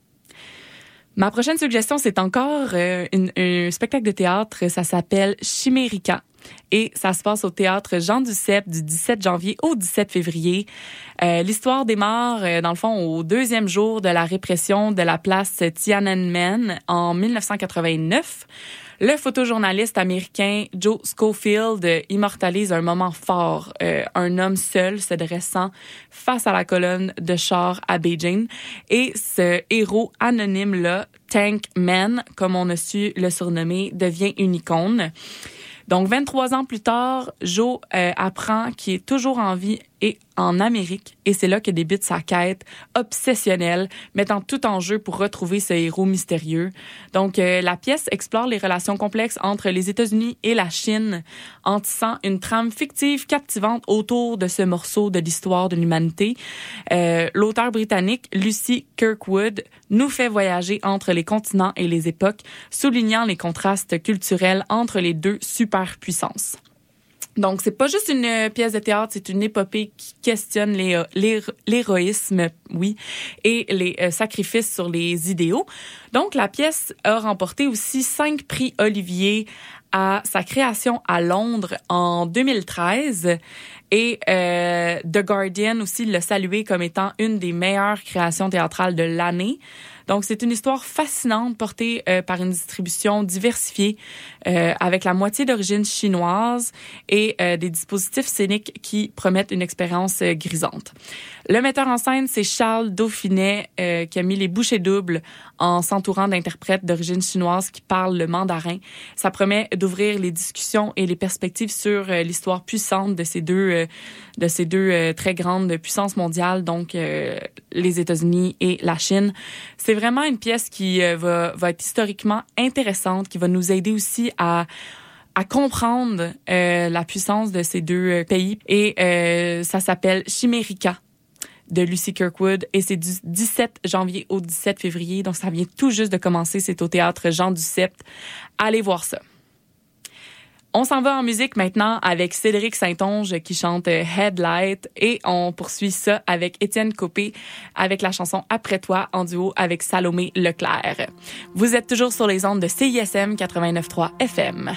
[SPEAKER 1] Ma prochaine suggestion, c'est encore euh, une, un spectacle de théâtre, ça s'appelle Chimérica. Et ça se passe au théâtre Jean Duceppe du dix-sept janvier au dix-sept février. Euh, l'histoire démarre, euh, dans le fond, au deuxième jour de la répression de la place Tiananmen en dix-neuf cent quatre-vingt-neuf. Le photojournaliste américain Joe Scofield euh, immortalise un moment fort, euh, un homme seul se dressant face à la colonne de chars à Beijing. Et ce héros anonyme-là, Tank Man, comme on a su le surnommer, devient une icône. Donc, vingt-trois ans plus tard, Joe euh, apprend qu'il est toujours en vie et en Amérique. Et c'est là que débute sa quête obsessionnelle, mettant tout en jeu pour retrouver ce héros mystérieux. Donc, euh, la pièce explore les relations complexes entre les États-Unis et la Chine, en tissant une trame fictive captivante autour de ce morceau de l'histoire de l'humanité. Euh, l'auteur britannique Lucy Kirkwood nous fait voyager entre les continents et les époques, soulignant les contrastes culturels entre les deux superpuissances. Donc, c'est pas juste une pièce de théâtre, c'est une épopée qui questionne les, les, l'héroïsme, oui, et les euh, sacrifices sur les idéaux. Donc, la pièce a remporté aussi cinq prix Olivier à sa création à Londres en deux mille treize. Et euh, The Guardian aussi l'a salué comme étant une des meilleures créations théâtrales de l'année. Donc, c'est une histoire fascinante portée euh, par une distribution diversifiée euh, avec la moitié d'origine chinoise et euh, des dispositifs scéniques qui promettent une expérience euh, grisante. Le metteur en scène, c'est Charles Dauphinet euh, qui a mis les bouchées doubles en s'entourant d'interprètes d'origine chinoise qui parlent le mandarin. Ça promet d'ouvrir les discussions et les perspectives sur euh, l'histoire puissante de ces deux, euh, de ces deux euh, très grandes puissances mondiales, donc euh, les États-Unis et la Chine. C'est vraiment une pièce qui euh, va, va être historiquement intéressante, qui va nous aider aussi à à comprendre euh, la puissance de ces deux euh, pays. Et euh, ça s'appelle Chimérica de Lucy Kirkwood et c'est du dix-sept janvier au dix-sept février. Donc, ça vient tout juste de commencer. C'est au théâtre Jean Duceppe. Allez voir ça. On s'en va en musique maintenant avec Cédric Saint-Onge qui chante Headlight et on poursuit ça avec Étienne Copé avec la chanson Après toi en duo avec Salomé Leclerc. Vous êtes toujours sur les ondes de C I S M quatre-vingt-neuf point trois F M.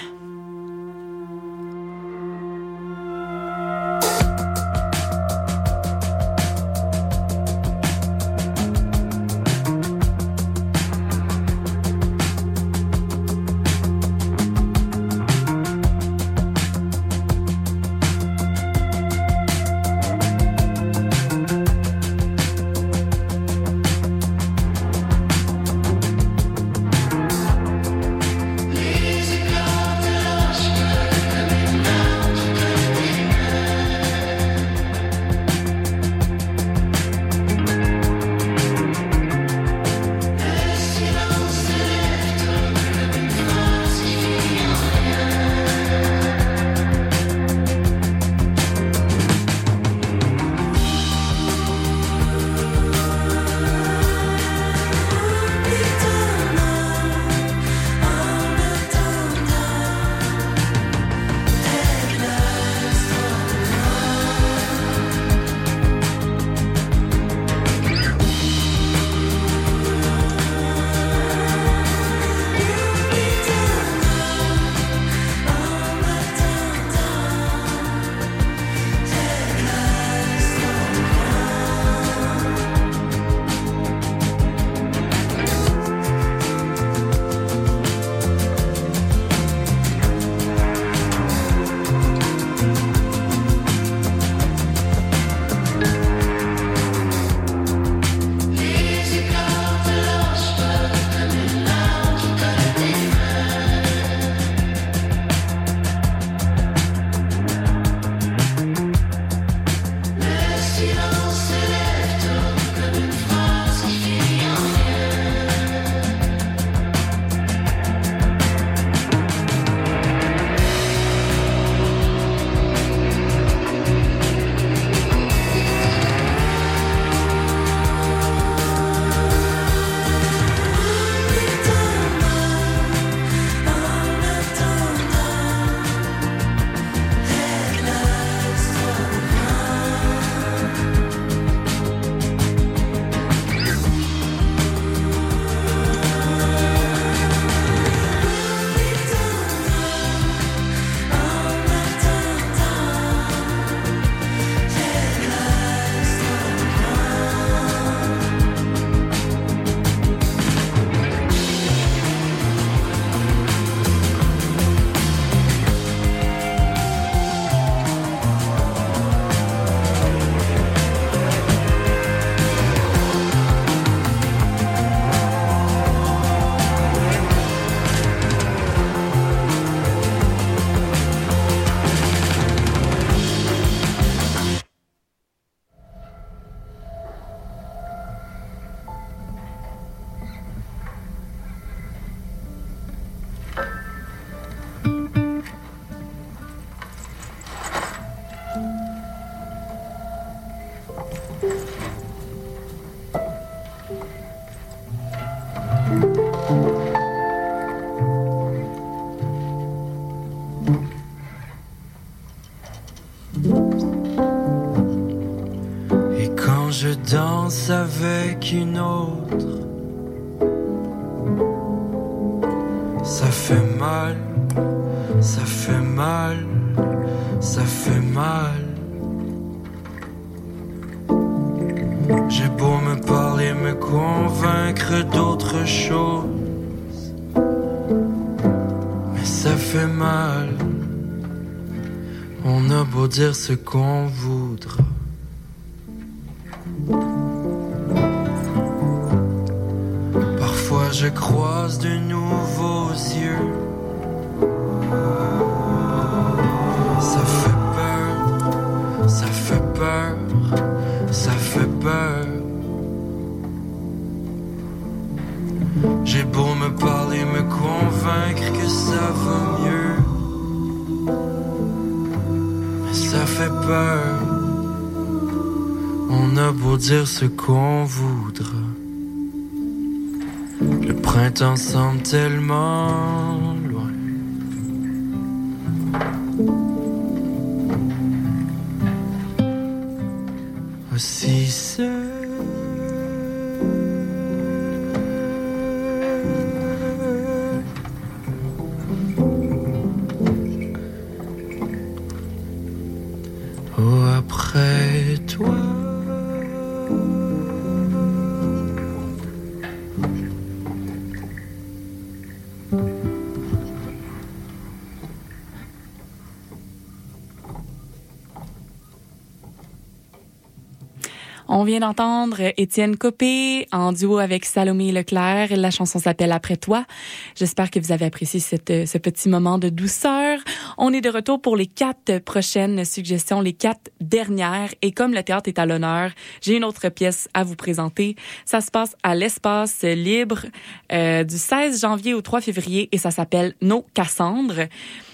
[SPEAKER 18] je danse avec une autre. Ça fait mal, ça fait mal, ça fait mal. J'ai beau me parler, me convaincre d'autre chose, mais ça fait mal. On a beau dire ce qu'on voudra. Parfois je croise de nouveaux yeux. Ça fait peur, ça fait peur, ça fait peur. J'ai beau me parler, me convaincre que ça va mieux, mais ça fait peur. On a beau dire ce qu'on voudra. Le printemps semble tellement loin. aussi seul. Oh, après toi.
[SPEAKER 1] On vient d'entendre Étienne Copé en duo avec Salomé Leclerc. La chanson s'appelle Après toi. J'espère que vous avez apprécié cette, ce petit moment de douceur. On est de retour pour les quatre prochaines suggestions, les quatre dernières. Et comme le théâtre est à l'honneur, j'ai une autre pièce à vous présenter. Ça se passe à l'Espace Libre euh, du seize janvier au trois février et ça s'appelle Nos Cassandres.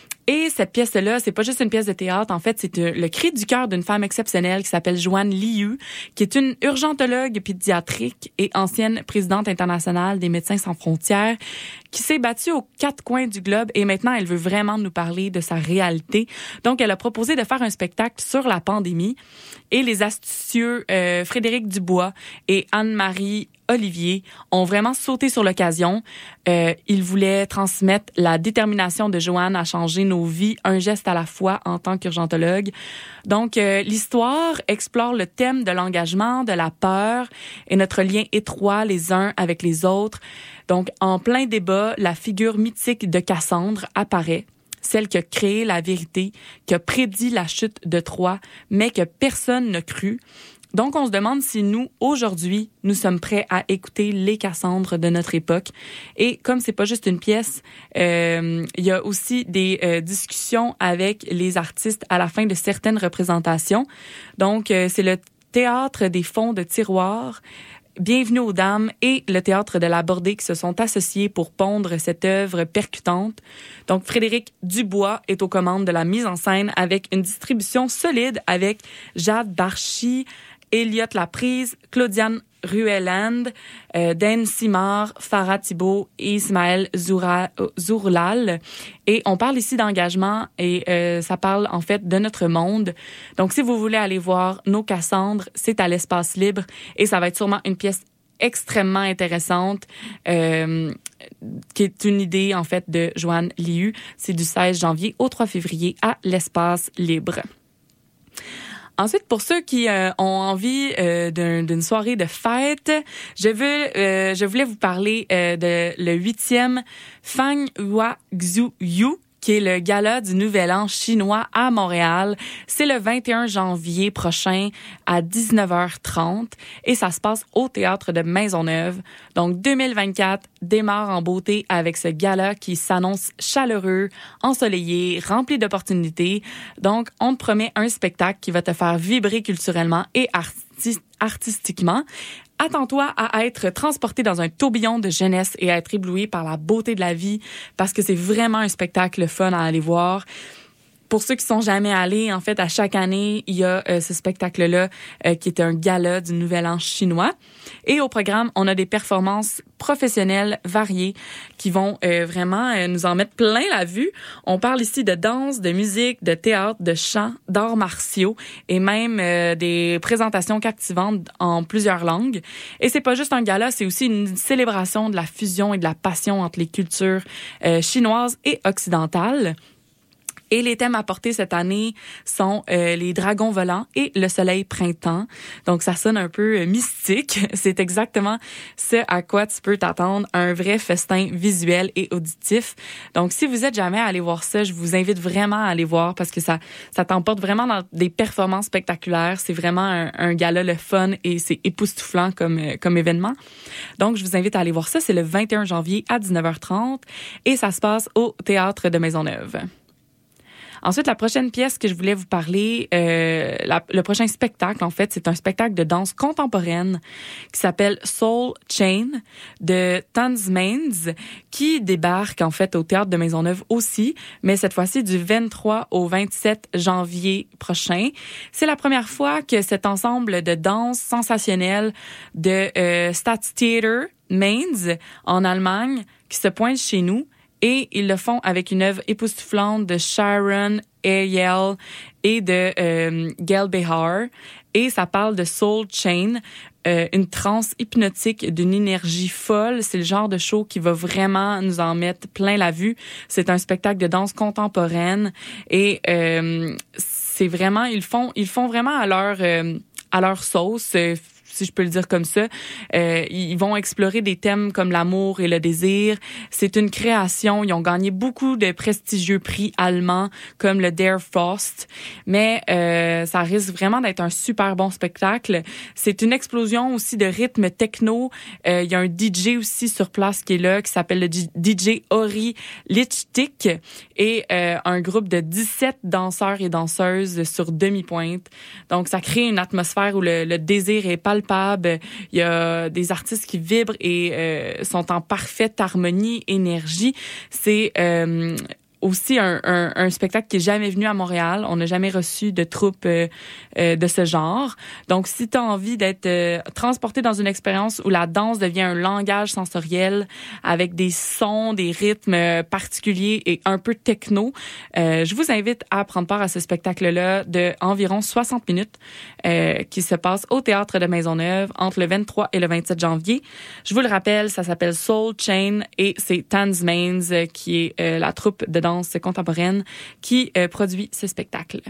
[SPEAKER 1] Et cette pièce-là, c'est pas juste une pièce de théâtre. En fait, c'est le cri du cœur d'une femme exceptionnelle qui s'appelle Joanne Liu, qui est une urgentologue pédiatrique et ancienne présidente internationale des Médecins sans frontières, qui s'est battue aux quatre coins du globe et maintenant, elle veut vraiment nous parler de sa réalité. Donc, elle a proposé de faire un spectacle sur la pandémie et les astucieux euh, Frédéric Dubois et Anne-Marie Olivier ont vraiment sauté sur l'occasion. Euh, ils voulaient transmettre la détermination de Joanne à changer nos vies, un geste à la fois en tant qu'urgentologue. Donc, euh, l'histoire explore le thème de l'engagement, de la peur et notre lien étroit les uns avec les autres. Donc, en plein débat, la figure mythique de Cassandre apparaît. Celle qui a créé la vérité, qui a prédit la chute de Troie, mais que personne n'a cru. Donc, on se demande si nous, aujourd'hui, nous sommes prêts à écouter les Cassandres de notre époque. Et comme c'est pas juste une pièce, euh, il y a aussi des euh, discussions avec les artistes à la fin de certaines représentations. Donc, euh, c'est le théâtre des fonds de tiroir, Bienvenue aux Dames et le théâtre de la Bordée qui se sont associés pour pondre cette œuvre percutante. Donc, Frédéric Dubois est aux commandes de la mise en scène avec une distribution solide avec Jade Barchi, Elliot Laprise, Claudiane Rueland, euh, Dan Simard, Farah Thibault et Ismaël Zoura, Zourlal. Et on parle ici d'engagement et euh, ça parle en fait de notre monde. Donc, si vous voulez aller voir Nos Cassandres, c'est à l'Espace Libre et ça va être sûrement une pièce extrêmement intéressante euh, qui est une idée en fait de Joanne Liu. C'est du seize janvier au trois février à l'Espace Libre. Ensuite, pour ceux qui euh, ont envie euh, d'un, d'une soirée de fête, je veux, euh, je voulais vous parler euh, de le huitième Fang Hua Xu Yu, qui est le gala du Nouvel An chinois à Montréal. C'est le vingt et un janvier prochain à dix-neuf heures trente et ça se passe au Théâtre de Maisonneuve. Donc, deux mille vingt-quatre démarre en beauté avec ce gala qui s'annonce chaleureux, ensoleillé, rempli d'opportunités. Donc, on te promet un spectacle qui va te faire vibrer culturellement et arti- artistiquement. Attends-toi à être transporté dans un tourbillon de jeunesse et à être ébloui par la beauté de la vie parce que c'est vraiment un spectacle fun à aller voir. Pour ceux qui sont jamais allés, en fait, à chaque année, il y a euh, ce spectacle-là euh, qui est un gala du Nouvel An chinois. Et au programme, on a des performances professionnelles variées qui vont euh, vraiment euh, nous en mettre plein la vue. On parle ici de danse, de musique, de théâtre, de chant, d'arts martiaux et même euh, des présentations captivantes en plusieurs langues. Et c'est pas juste un gala, c'est aussi une célébration de la fusion et de la passion entre les cultures euh, chinoises et occidentales. Et les thèmes apportés cette année sont euh, les dragons volants et le soleil printemps. Donc, ça sonne un peu euh, mystique. C'est exactement ce à quoi tu peux t'attendre, un vrai festin visuel et auditif. Donc, si vous êtes jamais allé voir ça, je vous invite vraiment à aller voir parce que ça ça t'emporte vraiment dans des performances spectaculaires. C'est vraiment un, un gala le fun et c'est époustouflant comme, euh, comme événement. Donc, je vous invite à aller voir ça. C'est le vingt et un janvier à dix-neuf heures trente et ça se passe au Théâtre de Maisonneuve. Ensuite, la prochaine pièce que je voulais vous parler, euh, la, le prochain spectacle, en fait, c'est un spectacle de danse contemporaine qui s'appelle Soul Chain de Tanzmains, qui débarque, en fait, au Théâtre de Maisonneuve aussi, mais cette fois-ci du vingt-trois au vingt-sept janvier prochain. C'est la première fois que cet ensemble de danse sensationnelle de euh, Staatstheater Mainz, en Allemagne, qui se pointe chez nous. Et ils le font avec une œuvre époustouflante de Sharon Eyal et de euh, Gail Behar. Et ça parle de Soul Chain, euh, une transe hypnotique d'une énergie folle. C'est le genre de show qui va vraiment nous en mettre plein la vue. C'est un spectacle de danse contemporaine et euh, c'est vraiment ils font ils font vraiment à leur euh, à leur sauce. Euh, si je peux le dire comme ça. Euh, ils vont explorer des thèmes comme l'amour et le désir. C'est une création. Ils ont gagné beaucoup de prestigieux prix allemands comme le Der Frost. Mais euh, ça risque vraiment d'être un super bon spectacle. C'est une explosion aussi de rythme techno. Euh, il y a un D J aussi sur place qui est là, qui s'appelle le D J Ori Lichtik et euh, un groupe de dix-sept danseurs et danseuses sur demi-pointe. Donc, ça crée une atmosphère où le, le désir est palpable. Il y a des artistes qui vibrent et euh, sont en parfaite harmonie, énergie. C'est euh, aussi un, un, un spectacle qui est jamais venu à Montréal. On n'a jamais reçu de troupe euh, euh, de ce genre. Donc, si tu as envie d'être euh, transporté dans une expérience où la danse devient un langage sensoriel avec des sons, des rythmes particuliers et un peu techno, euh, je vous invite à prendre part à ce spectacle-là de environ soixante minutes euh, qui se passe au Théâtre de Maisonneuve entre le vingt-trois et le vingt-sept janvier. Je vous le rappelle, ça s'appelle Soul Chain et c'est Tanzmains euh, qui est euh, la troupe de danse contemporaine qui euh, produit ce spectacle.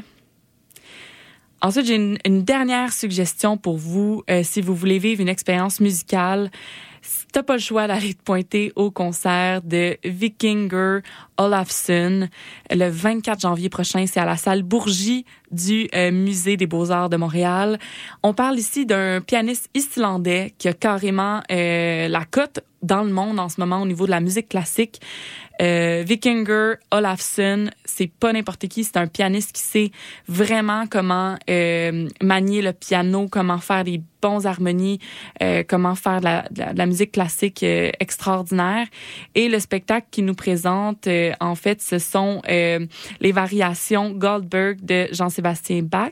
[SPEAKER 1] Ensuite, j'ai une, une dernière suggestion pour vous. Euh, si vous voulez vivre une expérience musicale, t'as pas le choix d'aller te pointer au concert de Vikingur Olafsson le vingt-quatre janvier prochain. C'est à la salle Bourgie du euh, Musée des Beaux-Arts de Montréal. On parle ici d'un pianiste islandais qui a carrément euh, la cote dans le monde en ce moment au niveau de la musique classique. Euh, Vikingur Olafsson, c'est pas n'importe qui, c'est un pianiste qui sait vraiment comment euh, manier le piano, comment faire des bons harmonies, euh, comment faire de la, de la, de la musique classique euh, extraordinaire. Et le spectacle qu'il nous présente, euh, en fait, ce sont euh, les variations Goldberg de Jean-Sébastien Bach.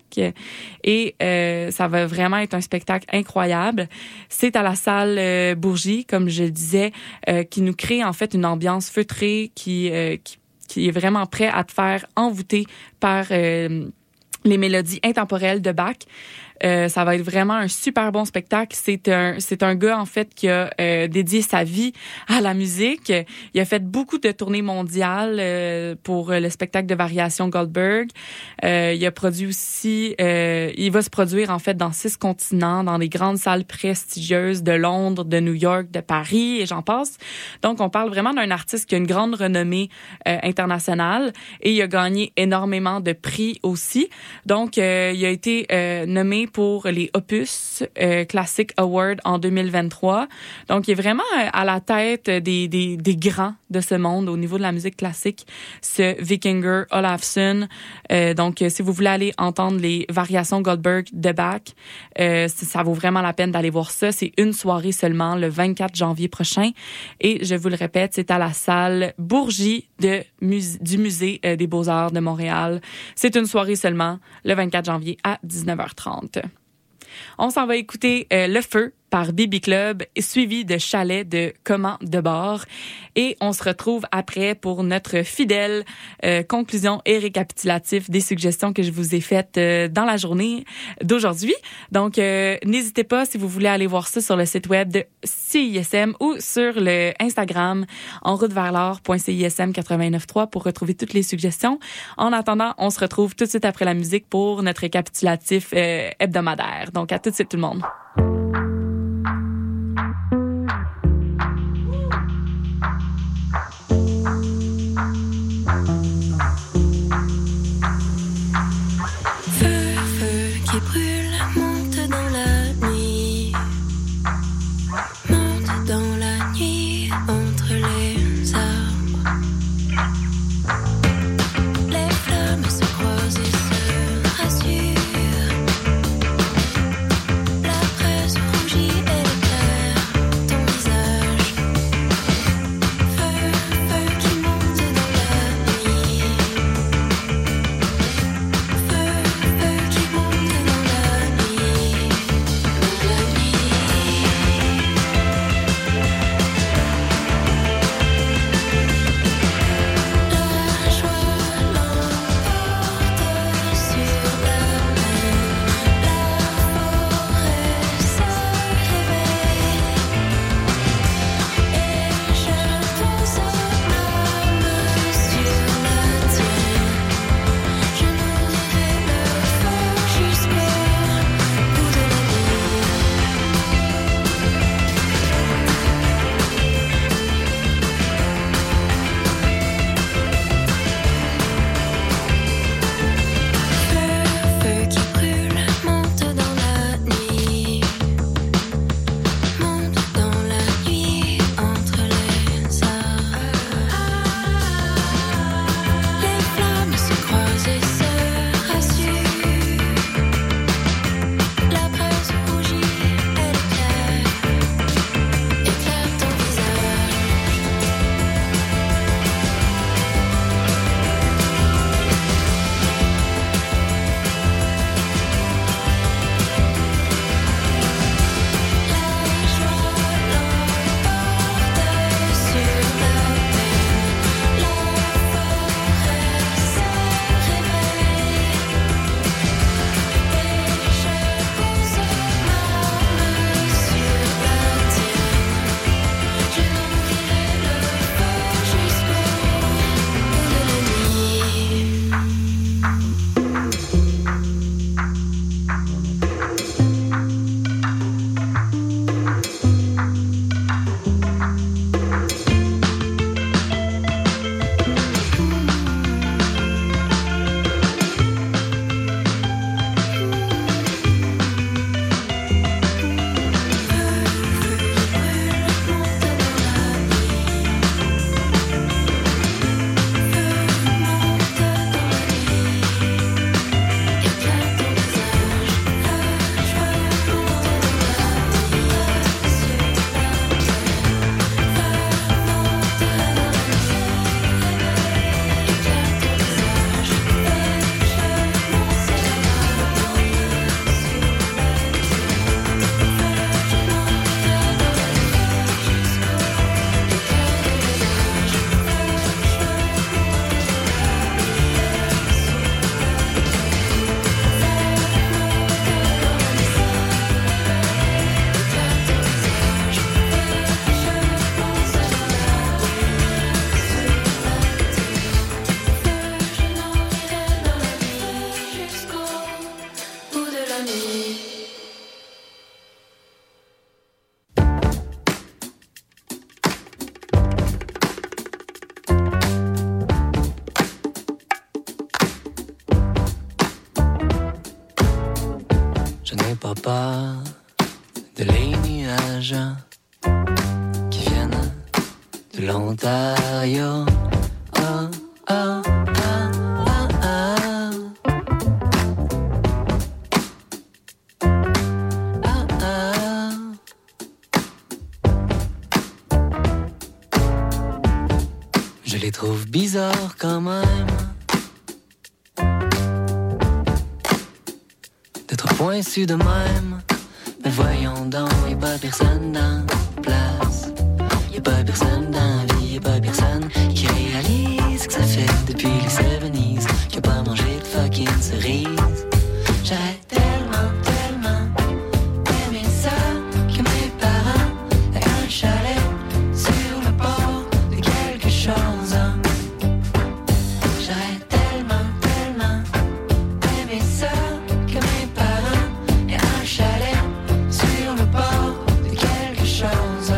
[SPEAKER 1] Et euh, ça va vraiment être un spectacle incroyable. C'est à la salle euh, Bourgie, comme je le disais, euh, qui nous crée en fait une ambiance feutrée qui, euh, qui, qui est vraiment prêt à te faire envoûter par euh, les mélodies intemporelles de Bach. Euh, ça va être vraiment un super bon spectacle. C'est un, c'est un gars, en fait, qui a euh, dédié sa vie à la musique. Il a fait beaucoup de tournées mondiales euh, pour le spectacle de variation Goldberg. Euh, il a produit aussi... Euh, il va se produire, en fait, dans six continents, dans des grandes salles prestigieuses de Londres, de New York, de Paris, et j'en passe. Donc, on parle vraiment d'un artiste qui a une grande renommée euh, internationale et il a gagné énormément de prix aussi. Donc, euh, il a été euh, nommé pour les Opus euh, Classic Award en deux mille vingt-trois. Donc, il est vraiment à la tête des, des, des grands de ce monde au niveau de la musique classique, ce Vikingur Olafsson. Euh, donc, si vous voulez aller entendre les variations Goldberg de Bach, euh, ça vaut vraiment la peine d'aller voir ça. C'est une soirée seulement, le vingt-quatre janvier prochain. Et je vous le répète, c'est à la salle Bourgie de mus- du Musée euh, des Beaux-Arts de Montréal. C'est une soirée seulement, le vingt-quatre janvier à dix-neuf heures trente. On s'en va écouter euh, Le Feu par Baby Club, suivi de Chalet de Comment de bord. Et on se retrouve après pour notre fidèle euh, conclusion et récapitulatif des suggestions que je vous ai faites euh, dans la journée d'aujourd'hui. Donc, euh, n'hésitez pas, si vous voulez aller voir ça sur le site web de C I S M ou sur le Instagram en route vers l'or point C I S M quatre-vingt-neuf trois pour retrouver toutes les suggestions. En attendant, on se retrouve tout de suite après la musique pour notre récapitulatif euh, hebdomadaire. Donc, à tout de suite tout le monde.
[SPEAKER 17] Qui brûle, monte dans la nuit, monte dans la nuit entre les arbres. Les flammes se croisent et se rassurent. La presse
[SPEAKER 15] amis.
[SPEAKER 19] Je n'ai pas peur de les nuages qui viennent de l'Ontario. Oh, oh, oh, oh, oh. Oh, oh. Je les trouve bizarres quand même d'être pointus de même. Mais voyons donc, y'a pas personne dans la place. Y'a pas personne dans la vie, y'a pas personne qui réalise que ça fait depuis les soixante-dix qu'il a pas mangé de fucking cerises. J'aurais tellement, tellement aimé ça que mes parents aient un chalet sur le bord de quelque chose. J'aurais tellement, tellement aimé ça que mes parents aient un chalet sur le bord de quelque chose.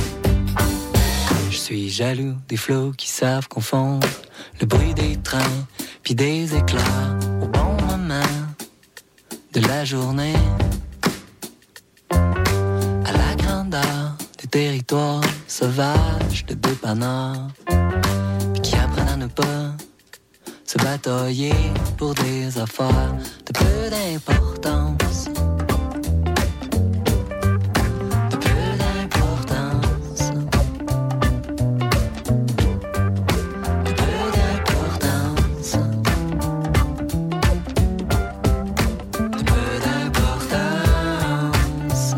[SPEAKER 19] Je suis jaloux des flots qui savent confondre le bruit des trains puis des éclairs au bon moment de la journée. À la grandeur des territoires sauvages de dépanneurs puis qui apprennent à ne pas se batailler pour des affaires de peu d'importance. De peu d'importance. De peu d'importance. De peu d'importance.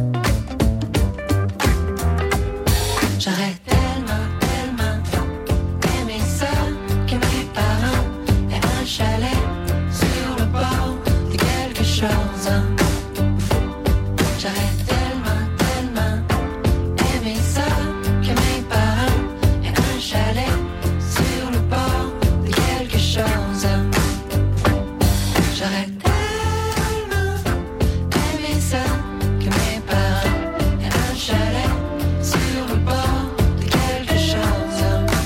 [SPEAKER 19] J'aurais tellement, tellement aimé ça que mes parents aient un chalet sur le bord de quelque chose. J'aurais tellement, tellement aimé ça que mes parents aient un chalet sur le bord de quelque chose. J'aurais tellement aimé ça que mes parents aient un chalet sur le bord de quelque chose.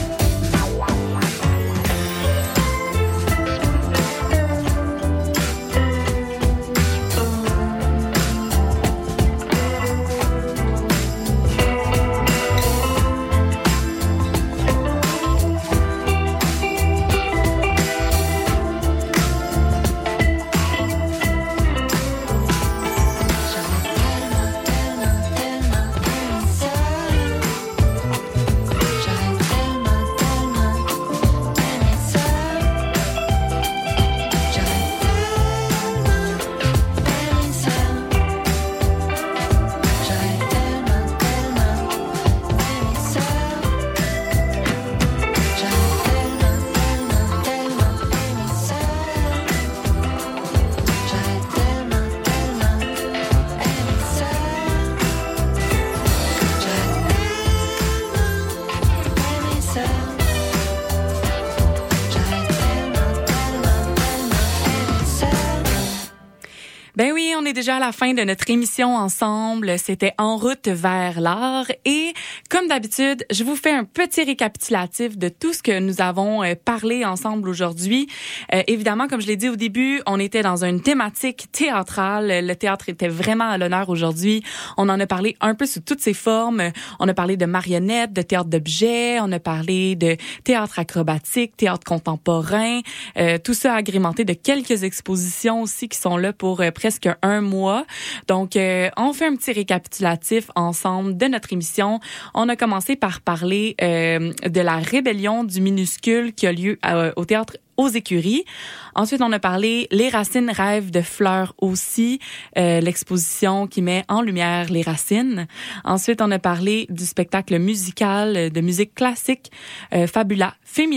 [SPEAKER 1] Ben oui, on est déjà à la fin de notre émission ensemble. C'était En route vers l'art et comme d'habitude, je vous fais un petit récapitulatif de tout ce que nous avons euh, parlé ensemble aujourd'hui. Euh, évidemment, comme je l'ai dit au début, on était dans une thématique théâtrale. Le théâtre était vraiment à l'honneur aujourd'hui. On en a parlé un peu sous toutes ses formes. On a parlé de marionnettes, de théâtre d'objets, on a parlé de théâtre acrobatique, théâtre contemporain, euh, tout ça agrémenté de quelques expositions aussi qui sont là pour euh, presque un mois. Donc, euh, on fait un petit récapitulatif ensemble de notre émission. On a commencé par parler euh, de la rébellion du minuscule qui a lieu euh, au théâtre aux Écuries. Ensuite, on a parlé Les racines rêvent de fleurs aussi, euh, l'exposition qui met en lumière les racines. Ensuite, on a parlé du spectacle musical de musique classique euh, Fabula Femina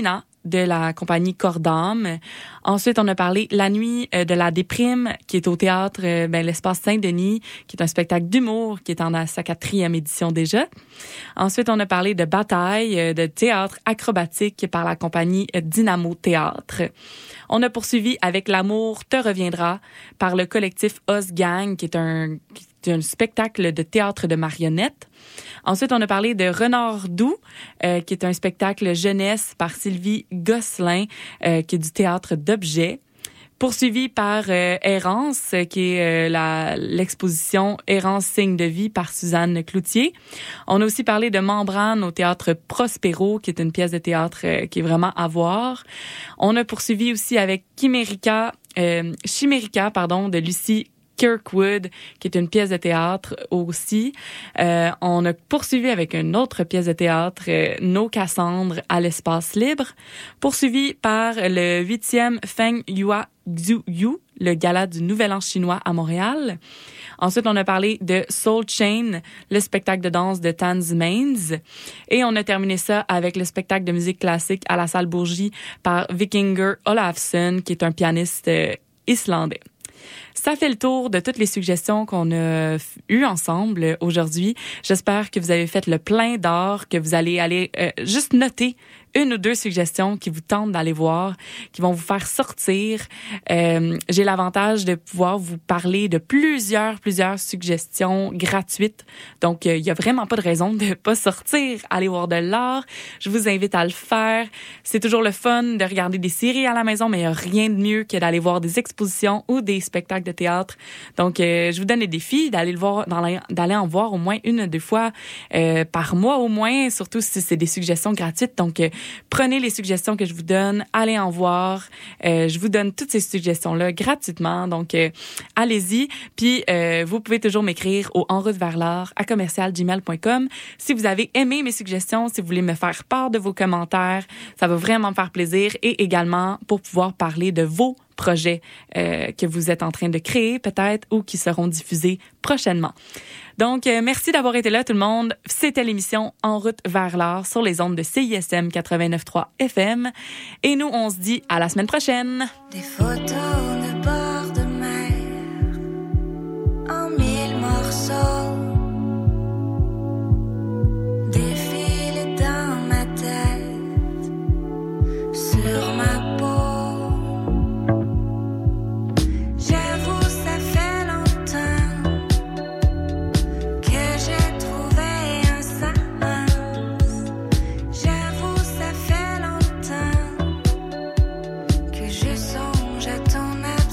[SPEAKER 1] de la compagnie Cordam. Ensuite, on a parlé La nuit de la déprime, qui est au théâtre ben, l'Espace Saint-Denis, qui est un spectacle d'humour qui est en sa quatrième édition déjà. Ensuite, on a parlé de Bataille, de théâtre acrobatique par la compagnie Dynamo Théâtre. On a poursuivi avec L'amour te reviendra par le collectif Oz Gang, qui est un, qui est un spectacle de théâtre de marionnettes. Ensuite, on a parlé de Renard doux, euh, qui est un spectacle jeunesse par Sylvie Gosselin, euh, qui est du théâtre d'objets. Poursuivi par euh, Errance, qui est euh, la, l'exposition Errance signe de vie par Suzanne Cloutier. On a aussi parlé de Membrane au théâtre Prospero, qui est une pièce de théâtre euh, qui est vraiment à voir. On a poursuivi aussi avec Chimérica, euh, Chimérica, pardon, de Lucie Kirkwood, qui est une pièce de théâtre aussi. Euh, on a poursuivi avec une autre pièce de théâtre, euh, Nos Cassandres à l'espace libre, poursuivi par le huitième Feng Yua Xu Yu, le gala du Nouvel An chinois à Montréal. Ensuite, on a parlé de Soul Chain, le spectacle de danse de Tans Mains. Et on a terminé ça avec le spectacle de musique classique à la salle Bourgie par Vikingur Olafsson, qui est un pianiste euh, islandais. Ça fait le tour de toutes les suggestions qu'on a eues ensemble aujourd'hui. J'espère que vous avez fait le plein d'or, que vous allez aller euh, juste noter une ou deux suggestions qui vous tentent d'aller voir, qui vont vous faire sortir. Euh, j'ai l'avantage de pouvoir vous parler de plusieurs, plusieurs suggestions gratuites. Donc, il euh, y a vraiment pas de raison de pas sortir, aller voir de l'art. Je vous invite à le faire. C'est toujours le fun de regarder des séries à la maison, mais il y a rien de mieux que d'aller voir des expositions ou des spectacles de théâtre. Donc, euh, je vous donne le défi d'aller le voir, d'aller en voir au moins une ou deux fois euh, par mois au moins, surtout si c'est des suggestions gratuites. Donc, euh, prenez les suggestions que je vous donne, allez en voir. Euh, je vous donne toutes ces suggestions-là gratuitement, donc euh, allez-y. Puis, euh, vous pouvez toujours m'écrire au en route vers l'art à commercial gmail point com si vous avez aimé mes suggestions, si vous voulez me faire part de vos commentaires. Ça va vraiment me faire plaisir. Et également, pour pouvoir parler de vos projets euh, que vous êtes en train de créer peut-être ou qui seront diffusés prochainement. Donc, euh, merci d'avoir été là tout le monde. C'était l'émission En route vers l'art sur les ondes de C I S M quatre-vingt-neuf point trois F M. Et nous, on se dit à la semaine prochaine.
[SPEAKER 16] Des photos de bord de mer en mille morceaux défilent dans ma tête, sur ma peau. Je songe à ton âge.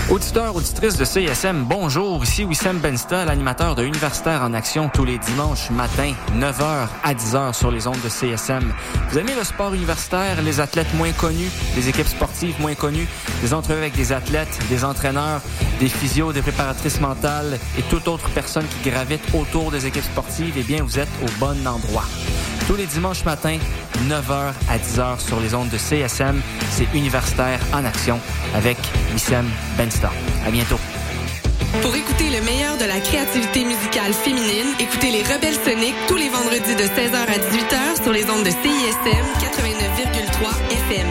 [SPEAKER 13] Auditeurs, auditrices de C I S M, bonjour. Ici Wissem Bensta, l'animateur de Universitaire en action tous les dimanches matin, neuf heures à dix heures sur les ondes de C I S M. Vous aimez le sport universitaire, les athlètes moins connus, les équipes sportives moins connues, des entrevues avec des athlètes, des entraîneurs, des physios, des préparatrices mentales et toute autre personne qui gravite autour des équipes sportives, eh bien, vous êtes au bon endroit. Tous les dimanches matins, neuf heures à dix heures sur les ondes de C I S M, c'est Universitaire en action avec Wissem Bensta. À bientôt.
[SPEAKER 9] Pour écouter le meilleur de la créativité musicale féminine, écoutez les Rebelles Soniques tous les vendredis de seize heures à dix-huit heures sur les ondes de C I S M quatre-vingt-neuf virgule trois F M.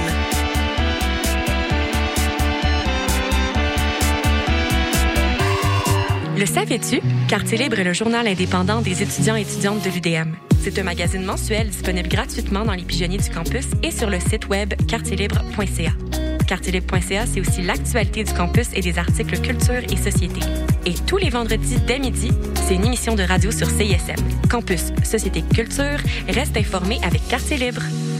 [SPEAKER 7] Le savais-tu? Quartier Libre est le journal indépendant des étudiants et étudiantes de l'U D M. C'est un magazine mensuel disponible gratuitement dans les pigeonniers du campus et sur le site web quartier libre point c a. quartier libre point c a, c'est aussi l'actualité du campus et des articles culture et société. Et tous les vendredis dès midi, c'est une émission de radio sur C I S M. Campus, société, culture, reste informé avec Quartier Libre.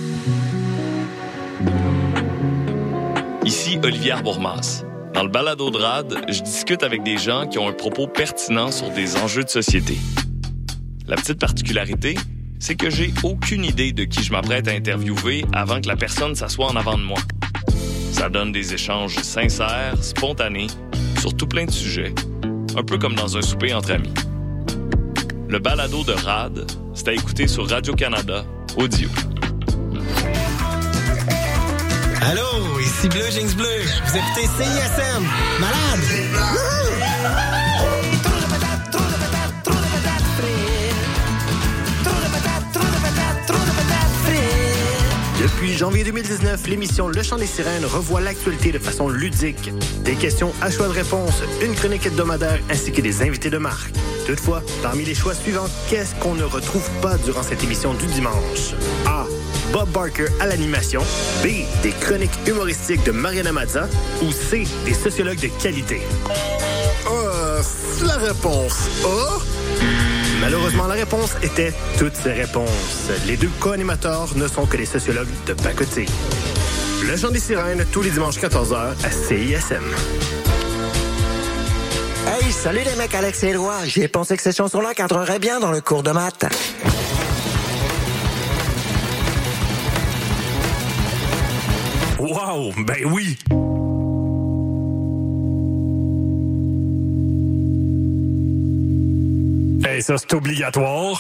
[SPEAKER 20] Ici Olivier Bourmas. Dans le balado de R A D, je discute avec des gens qui ont un propos pertinent sur des enjeux de société. La petite particularité, c'est que j'ai aucune idée de qui je m'apprête à interviewer avant que la personne s'assoie en avant de moi. Ça donne des échanges sincères, spontanés, sur tout plein de sujets, un peu comme dans un souper entre amis. Le balado de R A D, c'est à écouter sur Radio-Canada, audio.
[SPEAKER 21] Allô, ici Bleu Jeans Bleu. Vous écoutez C I S M. Malade! Depuis janvier deux mille dix-neuf, l'émission Le Chant des Sirènes revoit l'actualité de façon ludique. Des questions à choix de réponse, une chronique hebdomadaire ainsi que des invités de marque. Toutefois, parmi les choix suivants, qu'est-ce qu'on ne retrouve pas durant cette émission du dimanche? A. Bob Barker à l'animation. B. Des chroniques humoristiques de Mariana Mazza. Ou C. Des sociologues de qualité. Euh, c'est la réponse A. Malheureusement, la réponse était toutes ces réponses. Les deux co-animateurs ne sont que des sociologues de pacotille. Le Chant des Sirènes, tous les dimanches quatorze heures à C I S M.
[SPEAKER 12] Hey, salut les mecs, Alex et Éloi. J'ai pensé que cette chanson-là cadrerait bien dans le cours de maths.
[SPEAKER 11] Wow, ben oui! Hey, ça, c'est obligatoire.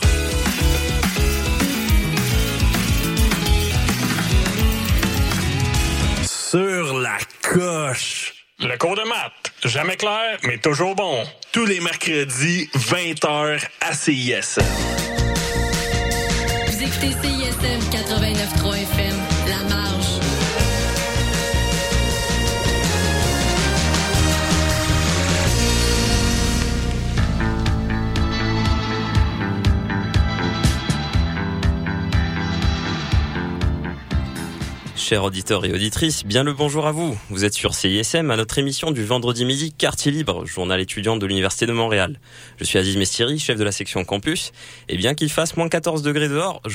[SPEAKER 11] Sur la coche. Le cours de maths, jamais clair, mais toujours bon. Tous les mercredis, vingt heures à C I S M.
[SPEAKER 2] Vous écoutez C I S M quatre-vingt-neuf trois F M, La Marge.
[SPEAKER 22] Chers auditeurs et auditrices, bien le bonjour à vous. Vous êtes sur C I S M à notre émission du vendredi midi Quartier Libre, journal étudiant de l'Université de Montréal. Je suis Aziz Mestiri, chef de la section campus, et bien qu'il fasse moins quatorze degrés dehors,